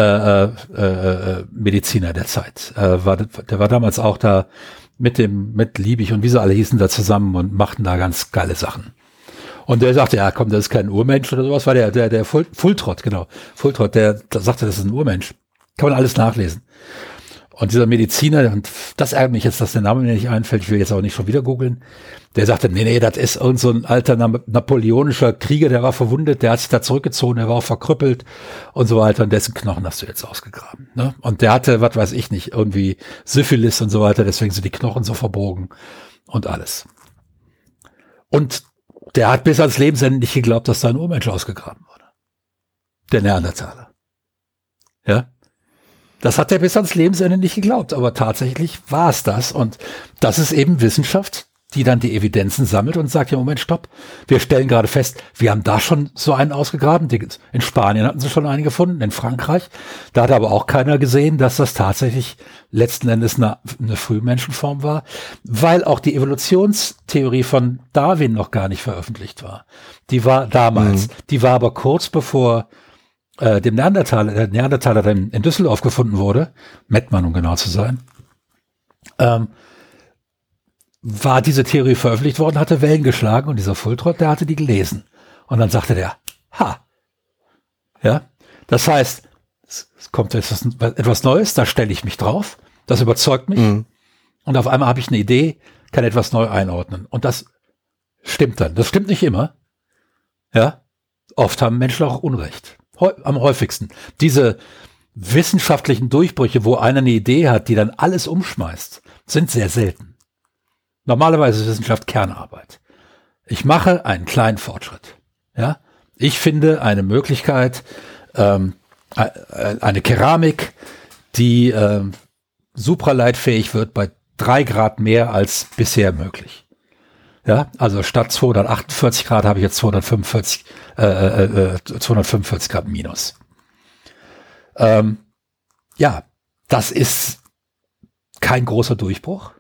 Mediziner der Zeit. Der war damals auch da mit Liebig und wie sie alle hießen da zusammen und machten da ganz geile Sachen. Und der sagte, ja komm, das ist kein Urmensch oder sowas, war der Fultrott, genau. Fultrott, der sagte, das ist ein Urmensch. Kann man alles nachlesen. Und dieser Mediziner, und das ärgert mich jetzt, dass der Name mir nicht einfällt, ich will jetzt auch nicht schon wieder googeln, der sagte, nee, das ist irgend so ein alter napoleonischer Krieger, der war verwundet, der hat sich da zurückgezogen, der war auch verkrüppelt und so weiter, und dessen Knochen hast du jetzt ausgegraben. Ne? Und der hatte, was weiß ich nicht, irgendwie Syphilis und so weiter, deswegen sind die Knochen so verbogen und alles. Und der hat bis ans Lebensende nicht geglaubt, dass da ein Urmensch ausgegraben wurde. Der Neandertaler. Ja? Das hat er bis ans Lebensende nicht geglaubt, aber tatsächlich war es das. Und das ist eben Wissenschaft, die dann die Evidenzen sammelt und sagt, ja Moment, stopp, wir stellen gerade fest, wir haben da schon so einen ausgegraben. In Spanien hatten sie schon einen gefunden, in Frankreich. Da hat aber auch keiner gesehen, dass das tatsächlich letzten Endes eine Frühmenschenform war, weil auch die Evolutionstheorie von Darwin noch gar nicht veröffentlicht war. Die war damals, die war aber kurz bevor der Neandertaler dann in Düsseldorf gefunden wurde, Mettmann, um genau zu sein, war diese Theorie veröffentlicht worden, hatte Wellen geschlagen und dieser Fultrott, der hatte die gelesen. Und dann sagte der, ja, Das heißt, es kommt etwas Neues, da stelle ich mich drauf, das überzeugt mich und auf einmal habe ich eine Idee, kann etwas neu einordnen und das stimmt dann. Das stimmt nicht immer. Ja, oft haben Menschen auch Unrecht. Am häufigsten. Diese wissenschaftlichen Durchbrüche, wo einer eine Idee hat, die dann alles umschmeißt, sind sehr selten. Normalerweise ist Wissenschaft Kernarbeit. Ich mache einen kleinen Fortschritt. Ja, ich finde eine Möglichkeit, eine Keramik, die supraleitfähig wird bei 3 Grad mehr als bisher möglich. Ja, also statt 248 Grad habe ich jetzt 245 Grad minus. Ja, das ist kein großer Durchbruch,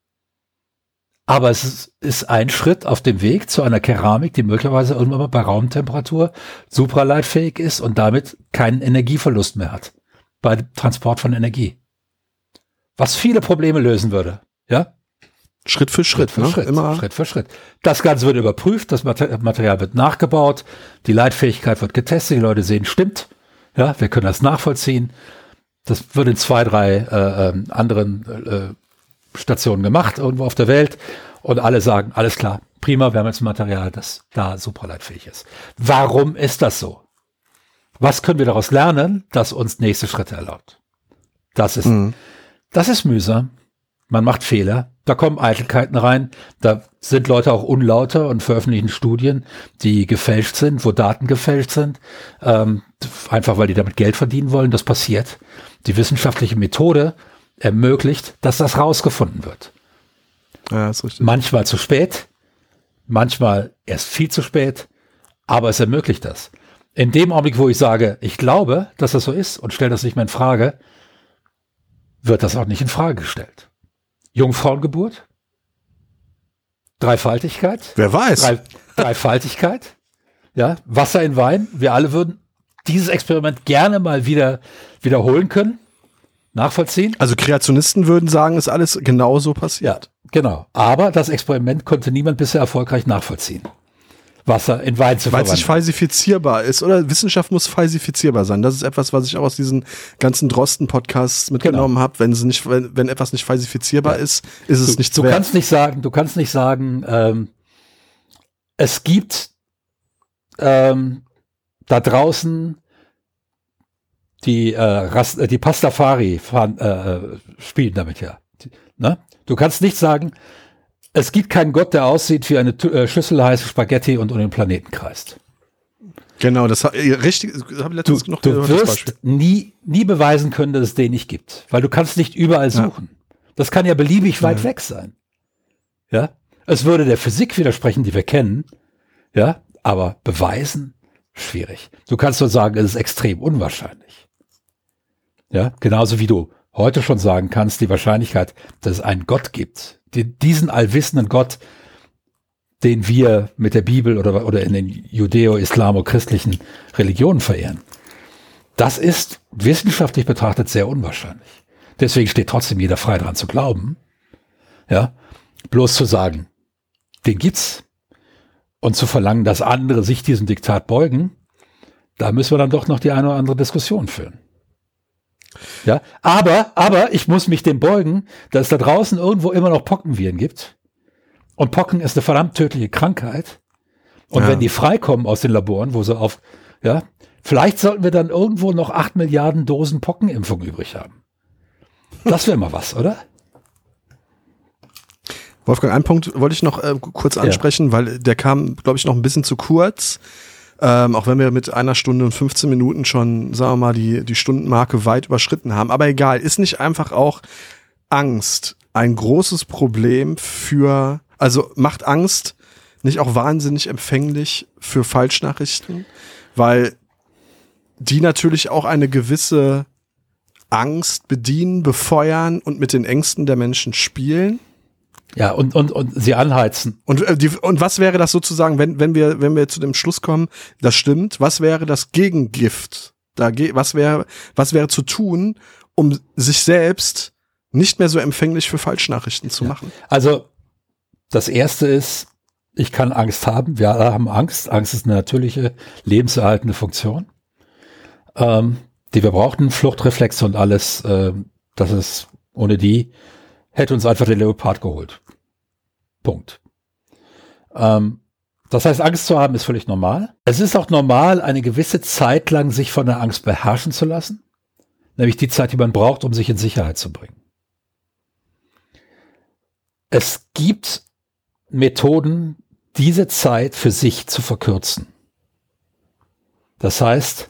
aber es ist ein Schritt auf dem Weg zu einer Keramik, die möglicherweise irgendwann mal bei Raumtemperatur supraleitfähig ist und damit keinen Energieverlust mehr hat bei Transport von Energie. Was viele Probleme lösen würde, ja? Schritt für Schritt, Schritt für Schritt. Das Ganze wird überprüft, das Material wird nachgebaut, die Leitfähigkeit wird getestet, die Leute sehen, stimmt, ja, wir können das nachvollziehen. Das wird in 2, 3 anderen Stationen gemacht, irgendwo auf der Welt und alle sagen, alles klar, prima, wir haben jetzt ein Material, das da supraleitfähig ist. Warum ist das so? Was können wir daraus lernen, das uns nächste Schritte erlaubt? Das ist mühsam. Man macht Fehler, da kommen Eitelkeiten rein, da sind Leute auch unlauter und veröffentlichen Studien, die gefälscht sind, wo Daten gefälscht sind, einfach weil die damit Geld verdienen wollen, das passiert. Die wissenschaftliche Methode ermöglicht, dass das rausgefunden wird. Ja, ist richtig. Manchmal zu spät, manchmal erst viel zu spät, aber es ermöglicht das. In dem Augenblick, wo ich sage, ich glaube, dass das so ist und stelle das nicht mehr in Frage, wird das auch nicht in Frage gestellt. Jungfrauengeburt, Dreifaltigkeit. Wer weiß. Dreifaltigkeit, ja, Wasser in Wein. Wir alle würden dieses Experiment gerne mal wieder wiederholen können, nachvollziehen. Also Kreationisten würden sagen, ist alles genauso passiert. Ja, genau. Aber das Experiment konnte niemand bisher erfolgreich nachvollziehen. Wasser in Wein zu verwandeln. Weil es nicht falsifizierbar ist, oder? Wissenschaft muss falsifizierbar sein. Das ist etwas, was ich auch aus diesen ganzen Drosten-Podcasts mitgenommen habe. Wenn etwas nicht falsifizierbar ist, ist es nichts wert. Du kannst nicht sagen, es gibt da draußen die Pastafari spielen damit ja. Ne? Du kannst nicht sagen, es gibt keinen Gott, der aussieht wie eine Schüssel heiße Spaghetti und um den Planeten kreist. Genau, das habe ich letztens noch gehört. Du wirst nie beweisen können, dass es den nicht gibt, weil du kannst nicht überall suchen. Ja. Das kann ja beliebig weit weg sein. Ja, es würde der Physik widersprechen, die wir kennen. Ja, aber beweisen schwierig. Du kannst nur sagen, es ist extrem unwahrscheinlich. Ja, genauso wie du heute schon sagen kannst, die Wahrscheinlichkeit, dass es einen Gott gibt, diesen allwissenden Gott, den wir mit der Bibel oder in den judäo-islamo-christlichen Religionen verehren, das ist wissenschaftlich betrachtet sehr unwahrscheinlich. Deswegen steht trotzdem jeder frei daran zu glauben. Ja, bloß zu sagen, den gibt's und zu verlangen, dass andere sich diesem Diktat beugen, da müssen wir dann doch noch die eine oder andere Diskussion führen. Ja, aber ich muss mich dem beugen, dass es da draußen irgendwo immer noch Pockenviren gibt. Und Pocken ist eine verdammt tödliche Krankheit. Und wenn die freikommen aus den Laboren, wo sie vielleicht sollten wir dann irgendwo noch 8 Milliarden Dosen Pockenimpfung übrig haben. Das wäre mal was, oder? Wolfgang, einen Punkt wollte ich noch kurz ansprechen, weil der kam, glaube ich, noch ein bisschen zu kurz. Auch wenn wir mit 1 Stunde und 15 Minuten schon, sagen wir mal, die Stundenmarke weit überschritten haben. Aber egal, ist nicht einfach auch Angst ein großes Problem also macht Angst nicht auch wahnsinnig empfänglich für Falschnachrichten? Weil die natürlich auch eine gewisse Angst bedienen, befeuern und mit den Ängsten der Menschen spielen. Ja, und sie anheizen. Und was wäre das sozusagen, wenn wir zu dem Schluss kommen, das stimmt, was wäre das Gegengift? Was wäre zu tun, um sich selbst nicht mehr so empfänglich für Falschnachrichten zu machen? Also, das Erste ist, ich kann Angst haben. Wir alle haben Angst. Angst ist eine natürliche, lebenserhaltende Funktion. die wir brauchten, Fluchtreflexe und alles, das ist, ohne die hätte uns einfach der Leopard geholt. Punkt. Das heißt, Angst zu haben ist völlig normal. Es ist auch normal, eine gewisse Zeit lang sich von der Angst beherrschen zu lassen. Nämlich die Zeit, die man braucht, um sich in Sicherheit zu bringen. Es gibt Methoden, diese Zeit für sich zu verkürzen. Das heißt,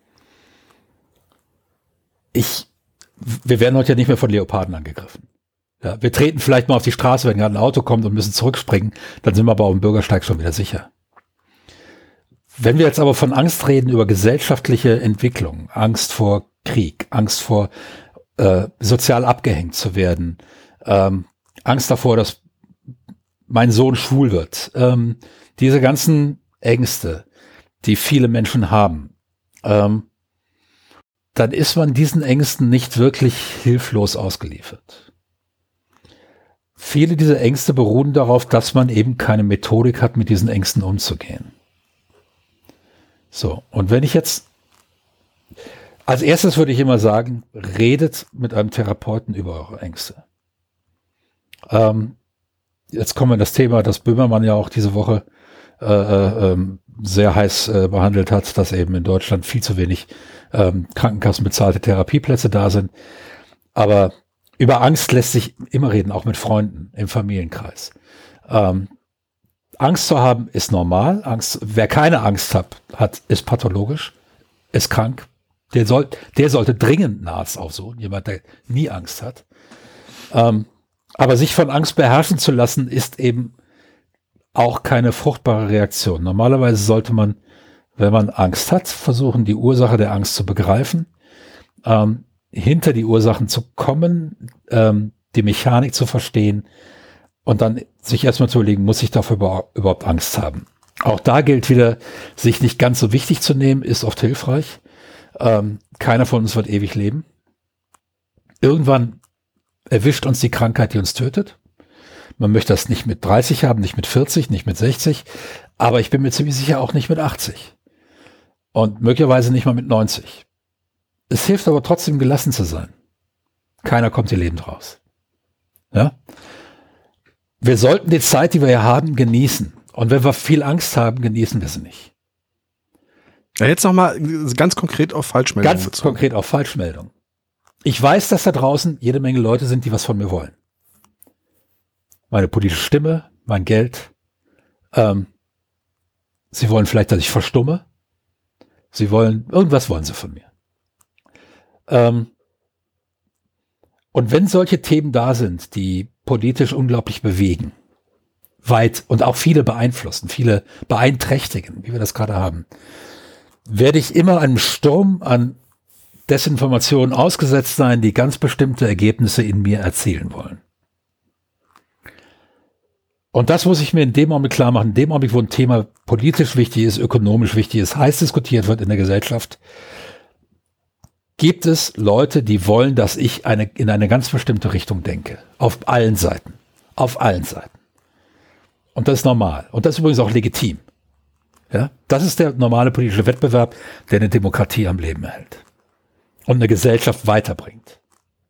wir werden heute ja nicht mehr von Leoparden angegriffen. Ja, wir treten vielleicht mal auf die Straße, wenn gerade ein Auto kommt und müssen zurückspringen, dann sind wir aber auf dem Bürgersteig schon wieder sicher. Wenn wir jetzt aber von Angst reden über gesellschaftliche Entwicklung, Angst vor Krieg, Angst vor sozial abgehängt zu werden, Angst davor, dass mein Sohn schwul wird, diese ganzen Ängste, die viele Menschen haben, dann ist man diesen Ängsten nicht wirklich hilflos ausgeliefert. Viele dieser Ängste beruhen darauf, dass man eben keine Methodik hat, mit diesen Ängsten umzugehen. So, und wenn ich jetzt, als erstes würde ich immer sagen, redet mit einem Therapeuten über eure Ängste. Jetzt kommen wir in das Thema, das Böhmermann ja auch diese Woche sehr heiß behandelt hat, dass eben in Deutschland viel zu wenig krankenkassenbezahlte Therapieplätze da sind. Aber über Angst lässt sich immer reden, auch mit Freunden im Familienkreis. Angst zu haben ist normal. Wer keine Angst hat, ist pathologisch, ist krank. Der sollte dringend einen Arzt aufsuchen, jemand, der nie Angst hat. Aber sich von Angst beherrschen zu lassen, ist eben auch keine fruchtbare Reaktion. Normalerweise sollte man, wenn man Angst hat, versuchen, die Ursache der Angst zu begreifen, hinter die Ursachen zu kommen, die Mechanik zu verstehen und dann sich erstmal zu überlegen, muss ich dafür überhaupt Angst haben? Auch da gilt wieder, sich nicht ganz so wichtig zu nehmen, ist oft hilfreich. Keiner von uns wird ewig leben. Irgendwann erwischt uns die Krankheit, die uns tötet. Man möchte das nicht mit 30 haben, nicht mit 40, nicht mit 60, aber ich bin mir ziemlich sicher auch nicht mit 80 und möglicherweise nicht mal mit 90. Es hilft aber trotzdem, gelassen zu sein. Keiner kommt hier lebend raus. Ja? Wir sollten die Zeit, die wir hier haben, genießen. Und wenn wir viel Angst haben, genießen wir sie nicht. Ja, jetzt nochmal ganz konkret auf Falschmeldungen. Ganz konkret auf Falschmeldungen. Ich weiß, dass da draußen jede Menge Leute sind, die was von mir wollen. Meine politische Stimme, mein Geld. Sie wollen vielleicht, dass ich verstumme. Irgendwas wollen sie von mir. Und wenn solche Themen da sind, die politisch unglaublich bewegen, weit und auch viele beeinflussen, viele beeinträchtigen, wie wir das gerade haben, werde ich immer einem Sturm an Desinformationen ausgesetzt sein, die ganz bestimmte Ergebnisse in mir erzielen wollen. Und das muss ich mir in dem Augenblick klar machen, in dem Augenblick, wo ein Thema politisch wichtig ist, ökonomisch wichtig ist, heiß diskutiert wird in der Gesellschaft, gibt es Leute, die wollen, dass ich in eine ganz bestimmte Richtung denke. Auf allen Seiten. Auf allen Seiten. Und das ist normal. Und das ist übrigens auch legitim. Ja? Das ist der normale politische Wettbewerb, der eine Demokratie am Leben erhält. Und eine Gesellschaft weiterbringt.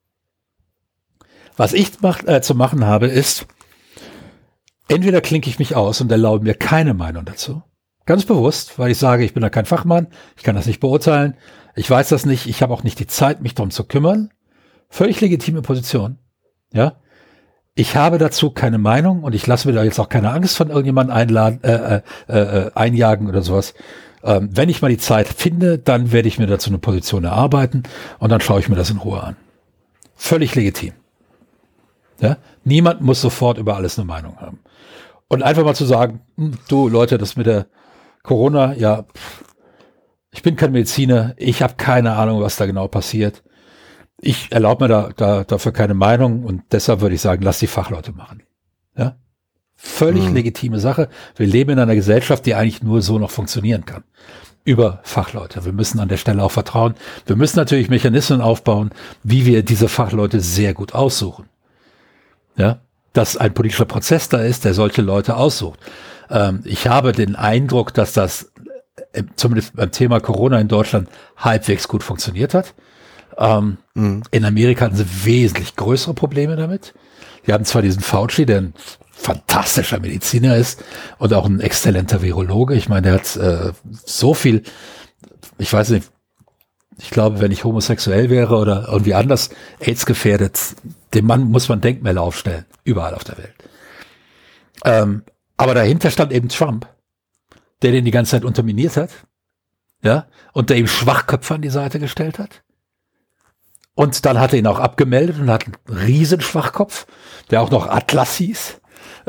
Was ich zu machen habe, ist, entweder klinke ich mich aus und erlaube mir keine Meinung dazu. Ganz bewusst, weil ich sage, ich bin da kein Fachmann, ich kann das nicht beurteilen, ich weiß das nicht, ich habe auch nicht die Zeit, mich darum zu kümmern. Völlig legitime Position. Ja, ich habe dazu keine Meinung und ich lasse mir da jetzt auch keine Angst von irgendjemandem einjagen oder sowas. Wenn ich mal die Zeit finde, dann werde ich mir dazu eine Position erarbeiten und dann schaue ich mir das in Ruhe an. Völlig legitim. Ja? Niemand muss sofort über alles eine Meinung haben. Und einfach mal zu sagen, du Leute, das mit der Corona, ja, ich bin kein Mediziner, ich habe keine Ahnung, was da genau passiert. Ich erlaube mir dafür keine Meinung und deshalb würde ich sagen, lass die Fachleute machen. Ja? Völlig legitime Sache. Wir leben in einer Gesellschaft, die eigentlich nur so noch funktionieren kann. Über Fachleute. Wir müssen an der Stelle auch vertrauen. Wir müssen natürlich Mechanismen aufbauen, wie wir diese Fachleute sehr gut aussuchen. Ja? Dass ein politischer Prozess da ist, der solche Leute aussucht. Ich habe den Eindruck, dass das zumindest beim Thema Corona in Deutschland halbwegs gut funktioniert hat. In Amerika hatten sie wesentlich größere Probleme damit. Die hatten zwar diesen Fauci, der ein fantastischer Mediziner ist und auch ein exzellenter Virologe. Ich meine, der hat so viel, ich weiß nicht, ich glaube, wenn ich homosexuell wäre oder irgendwie anders AIDS gefährdet, dem Mann muss man Denkmäler aufstellen, überall auf der Welt. Aber dahinter stand eben Trump, der den die ganze Zeit unterminiert hat, ja, und der ihm Schwachköpfe an die Seite gestellt hat. Und dann hat er ihn auch abgemeldet und hat einen riesen Schwachkopf, der auch noch Atlas hieß,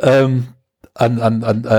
an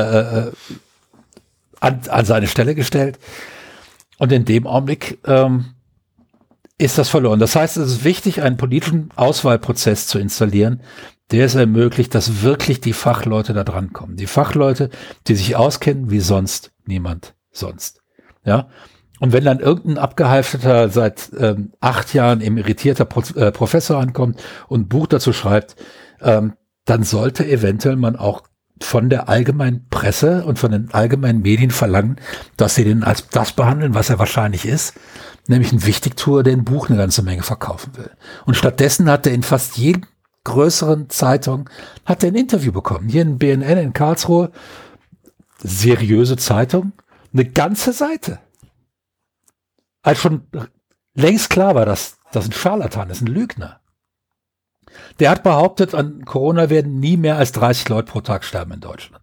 seine Stelle gestellt. Und in dem Augenblick ist das verloren. Das heißt, es ist wichtig, einen politischen Auswahlprozess zu installieren, der es ermöglicht, dass wirklich die Fachleute da dran kommen. Die Fachleute, die sich auskennen wie sonst niemand sonst. Ja. Und wenn dann irgendein abgehalfterter, seit 8 Jahren emeritierter Professor ankommt und ein Buch dazu schreibt, dann sollte eventuell man auch von der allgemeinen Presse und von den allgemeinen Medien verlangen, dass sie den als das behandeln, was er wahrscheinlich ist, nämlich ein Wichtigtuer, der ein Buch eine ganze Menge verkaufen will. Und stattdessen hat er in fast jedem größeren Zeitung hat er ein Interview bekommen. Hier in BNN in Karlsruhe, seriöse Zeitung, eine ganze Seite. Als schon längst klar war, dass das ein Scharlatan ist, ein Lügner. Der hat behauptet, an Corona werden nie mehr als 30 Leute pro Tag sterben in Deutschland.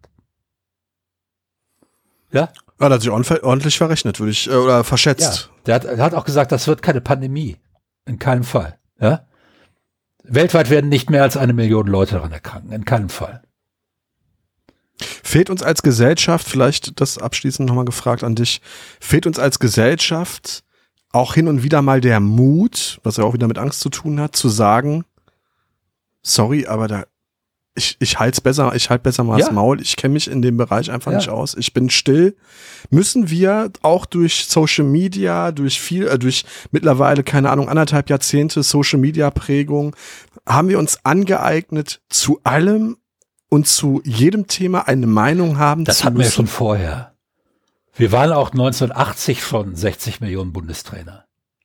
Ja? Ja, der hat sich ordentlich verrechnet, würde ich, oder verschätzt. Ja, der hat auch gesagt, das wird keine Pandemie. In keinem Fall. Ja? Weltweit werden nicht mehr als 1 Million Leute daran erkranken. In keinem Fall. Fehlt uns als Gesellschaft, vielleicht das abschließend nochmal gefragt an dich, fehlt uns als Gesellschaft auch hin und wieder mal der Mut, was ja auch wieder mit Angst zu tun hat, zu sagen, sorry, aber ich halte besser mal das Maul, ich kenne mich in dem Bereich einfach nicht aus, ich bin still. Müssen wir auch durch Social Media, durch mittlerweile, keine Ahnung, 1,5 Jahrzehnte Social Media Prägung, haben wir uns angeeignet, zu allem und zu jedem Thema eine Meinung haben zu müssen? Das hatten wir ja schon vorher. Wir waren auch 1980 schon 60 Millionen Bundestrainer.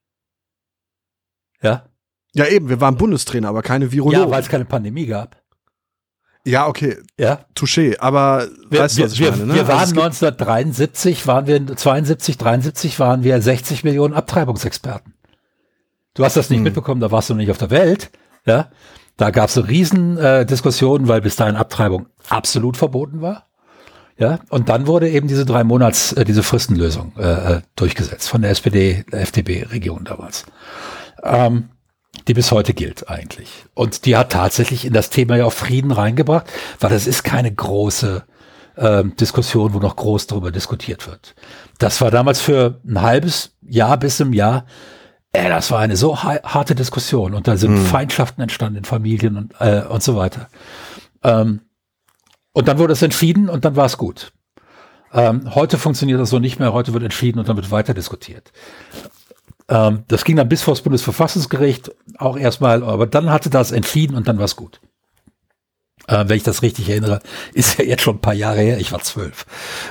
Ja? Ja eben, wir waren Bundestrainer, aber keine Virologen. Ja, weil es keine Pandemie gab. Ja, okay. Ja. Touché, aber weißt du, was ich meine? Ne? Wir waren 1973, 73 waren wir 60 Millionen Abtreibungsexperten. Du hast das nicht mitbekommen, da warst du nicht auf der Welt. Ja. Da gab es eine riesen Diskussion, weil bis dahin Abtreibung absolut verboten war. Ja. Und dann wurde eben diese 3 Monats, diese Fristenlösung durchgesetzt von der SPD, der FDP-Regierung damals. Die bis heute gilt eigentlich. Und die hat tatsächlich in das Thema ja auch Frieden reingebracht, weil das ist keine große Diskussion, wo noch groß darüber diskutiert wird. Das war damals für ein halbes Jahr bis ein Jahr, das war eine so harte Diskussion und da sind Feindschaften entstanden in Familien und so weiter. Und dann wurde es entschieden und dann war es gut. Heute funktioniert das so nicht mehr, heute wird entschieden und dann wird weiter diskutiert. Das ging dann bis vor das Bundesverfassungsgericht auch erstmal, aber dann hatte das entschieden und dann war es gut. Wenn ich das richtig erinnere, ist ja jetzt schon ein paar Jahre her, ich war 12.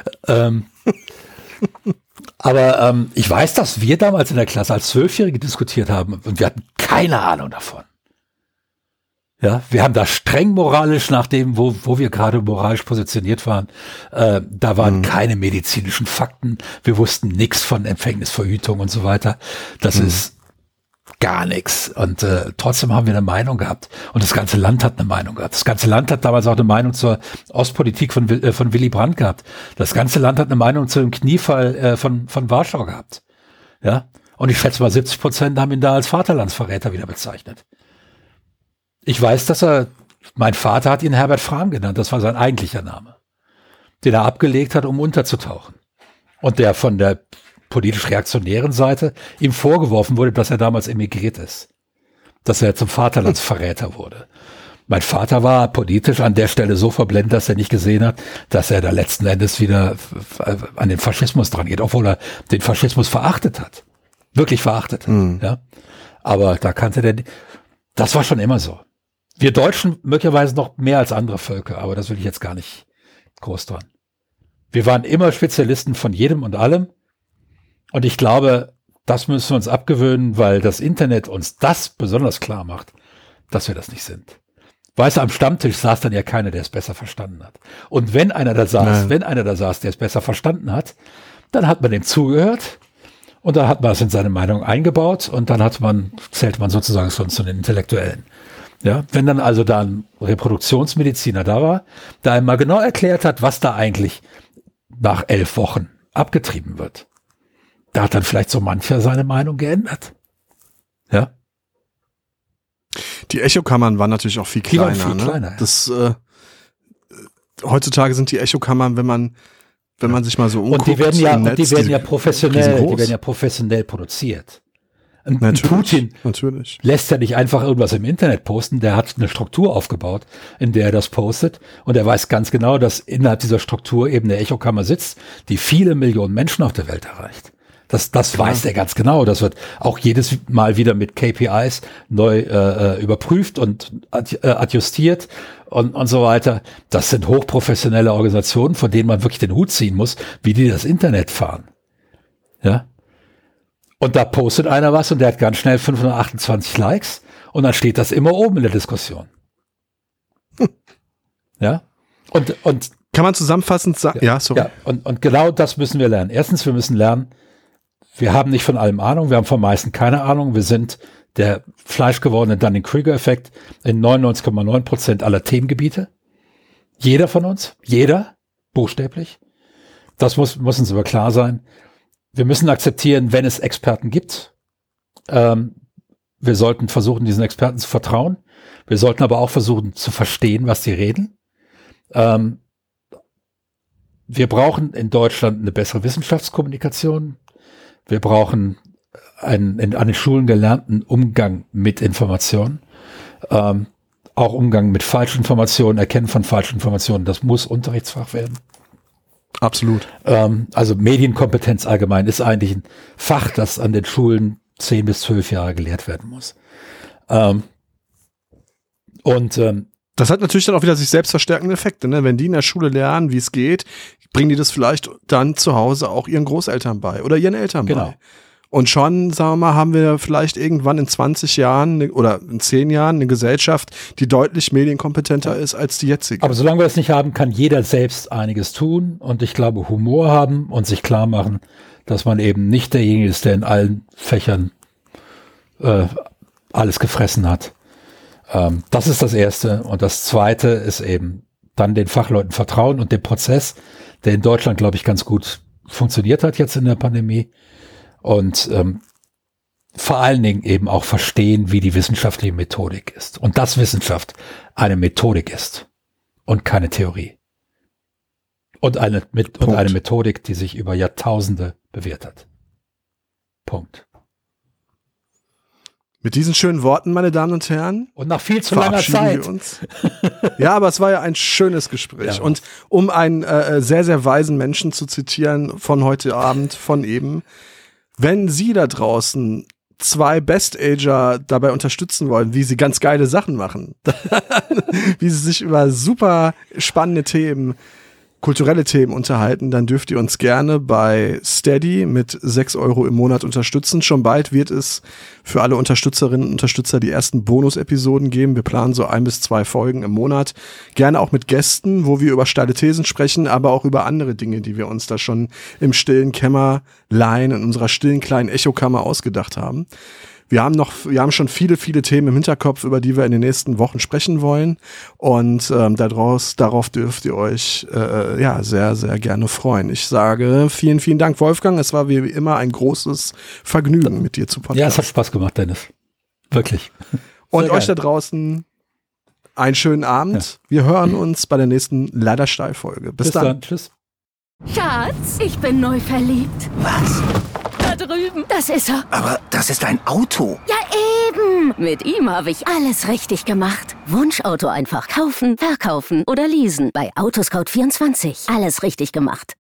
Aber ich weiß, dass wir damals in der Klasse als 12-Jährige diskutiert haben und wir hatten keine Ahnung davon. Ja, wir haben da streng moralisch nach dem, wo wir gerade moralisch positioniert waren, da waren keine medizinischen Fakten. Wir wussten nichts von Empfängnisverhütung und so weiter. Das ist gar nichts. Und trotzdem haben wir eine Meinung gehabt. Und das ganze Land hat eine Meinung gehabt. Das ganze Land hat damals auch eine Meinung zur Ostpolitik von Willy Brandt gehabt. Das ganze Land hat eine Meinung zu dem Kniefall von Warschau gehabt. Ja. Und ich schätze mal 70% haben ihn da als Vaterlandsverräter wieder bezeichnet. Ich weiß, mein Vater hat ihn Herbert Frahm genannt, das war sein eigentlicher Name, den er abgelegt hat, um unterzutauchen. Und der von der politisch reaktionären Seite ihm vorgeworfen wurde, dass er damals emigriert ist, dass er zum Vaterlandsverräter wurde. Mein Vater war politisch an der Stelle so verblendet, dass er nicht gesehen hat, dass er da letzten Endes wieder an den Faschismus dran geht, obwohl er den Faschismus verachtet hat. Wirklich verachtet hat, ja. Aber da das war schon immer so. Wir Deutschen möglicherweise noch mehr als andere Völker, aber das will ich jetzt gar nicht groß dran. Wir waren immer Spezialisten von jedem und allem Und ich glaube, das müssen wir uns abgewöhnen, weil das Internet uns das besonders klar macht, dass wir das nicht sind. Weißt du, am Stammtisch saß dann ja keiner, der es besser verstanden hat. Und wenn einer da saß, der es besser verstanden hat, dann hat man dem zugehört und dann hat man es in seine Meinung eingebaut und dann zählt man sozusagen schon zu den Intellektuellen. Ja, wenn dann also da ein Reproduktionsmediziner da war, der einmal genau erklärt hat, was da eigentlich nach 11 Wochen abgetrieben wird, da hat dann vielleicht so mancher seine Meinung geändert. Ja. Die Echokammern waren natürlich auch viel kleiner. Die waren viel kleiner, Das, heutzutage sind die Echokammern, wenn man sich mal so umguckt. Und die werden ja professionell produziert. Putin lässt ja nicht einfach irgendwas im Internet posten, der hat eine Struktur aufgebaut, in der er das postet und er weiß ganz genau, dass innerhalb dieser Struktur eben eine Echokammer sitzt, die viele Millionen Menschen auf der Welt erreicht. Das weiß er ganz genau. Das wird auch jedes Mal wieder mit KPIs neu überprüft und adjustiert und so weiter. Das sind hochprofessionelle Organisationen, von denen man wirklich den Hut ziehen muss, wie die das Internet fahren. Ja. Und da postet einer was und der hat ganz schnell 528 Likes und dann steht das immer oben in der Diskussion. Ja. Und kann man zusammenfassend sagen? Ja, sorry. Ja, und genau das müssen wir lernen. Erstens, wir müssen lernen, wir haben nicht von allem Ahnung, wir haben vom meisten keine Ahnung. Wir sind der fleischgewordene Dunning-Kruger-Effekt in 99,9% aller Themengebiete. Jeder von uns, buchstäblich. Das muss uns aber klar sein. Wir müssen akzeptieren, wenn es Experten gibt. Wir sollten versuchen, diesen Experten zu vertrauen. Wir sollten aber auch versuchen zu verstehen, was sie reden. Wir brauchen in Deutschland eine bessere Wissenschaftskommunikation. Wir brauchen einen an den Schulen gelernten Umgang mit Informationen. Auch Umgang mit falschen Informationen, Erkennen von falschen Informationen. Das muss Unterrichtsfach werden. Absolut. Also Medienkompetenz allgemein ist eigentlich ein Fach, das an den Schulen 10 bis 12 Jahre gelehrt werden muss. Das hat natürlich dann auch wieder sich selbst verstärkende Effekte. Ne? Wenn die in der Schule lernen, wie es geht, bringen die das vielleicht dann zu Hause auch ihren Großeltern bei oder ihren Eltern bei. Und schon, sagen wir mal, haben wir vielleicht irgendwann in 20 Jahren oder in 10 Jahren eine Gesellschaft, die deutlich medienkompetenter ist als die jetzige. Aber solange wir das nicht haben, kann jeder selbst einiges tun. Und ich glaube, Humor haben und sich klar machen, dass man eben nicht derjenige ist, der in allen Fächern alles gefressen hat. Das ist das Erste. Und das Zweite ist eben dann den Fachleuten vertrauen und dem Prozess, der in Deutschland, glaube ich, ganz gut funktioniert hat jetzt in der Pandemie. Und vor allen Dingen eben auch verstehen, wie die wissenschaftliche Methodik ist. Und dass Wissenschaft eine Methodik ist und keine Theorie. Und eine Methodik, die sich über Jahrtausende bewährt hat. Punkt. Mit diesen schönen Worten, meine Damen und Herren. Und nach viel zu langer Zeit. Ja, aber es war ja ein schönes Gespräch. Ja. Und um einen sehr, sehr weisen Menschen zu zitieren von heute Abend, von eben, wenn Sie da draußen 2 Best-Ager dabei unterstützen wollen, wie sie ganz geile Sachen machen, wie sie sich über super spannende Themen, kulturelle Themen unterhalten, dann dürft ihr uns gerne bei Steady mit 6 € im Monat unterstützen. Schon bald wird es für alle Unterstützerinnen und Unterstützer die ersten Bonus-Episoden geben. Wir planen so 1 bis 2 Folgen im Monat. Gerne auch mit Gästen, wo wir über steile Thesen sprechen, aber auch über andere Dinge, die wir uns da schon im stillen Kämmerlein, in unserer stillen kleinen Echokammer ausgedacht haben. Wir haben schon viele, viele Themen im Hinterkopf, über die wir in den nächsten Wochen sprechen wollen. Und darauf dürft ihr euch sehr, sehr gerne freuen. Ich sage vielen, vielen Dank, Wolfgang. Es war wie immer ein großes Vergnügen, mit dir zu podcasten. Ja, es hat Spaß gemacht, Dennis. Wirklich. Und euch da draußen einen schönen Abend. Ja. Wir hören uns bei der nächsten Leider Steil-Folge. Bis dann. Tschüss. Schatz, ich bin neu verliebt. Was? Da drüben. Das ist er. Aber das ist ein Auto. Ja, eben. Mit ihm habe ich alles richtig gemacht. Wunschauto einfach kaufen, verkaufen oder leasen. Bei Autoscout24. Alles richtig gemacht.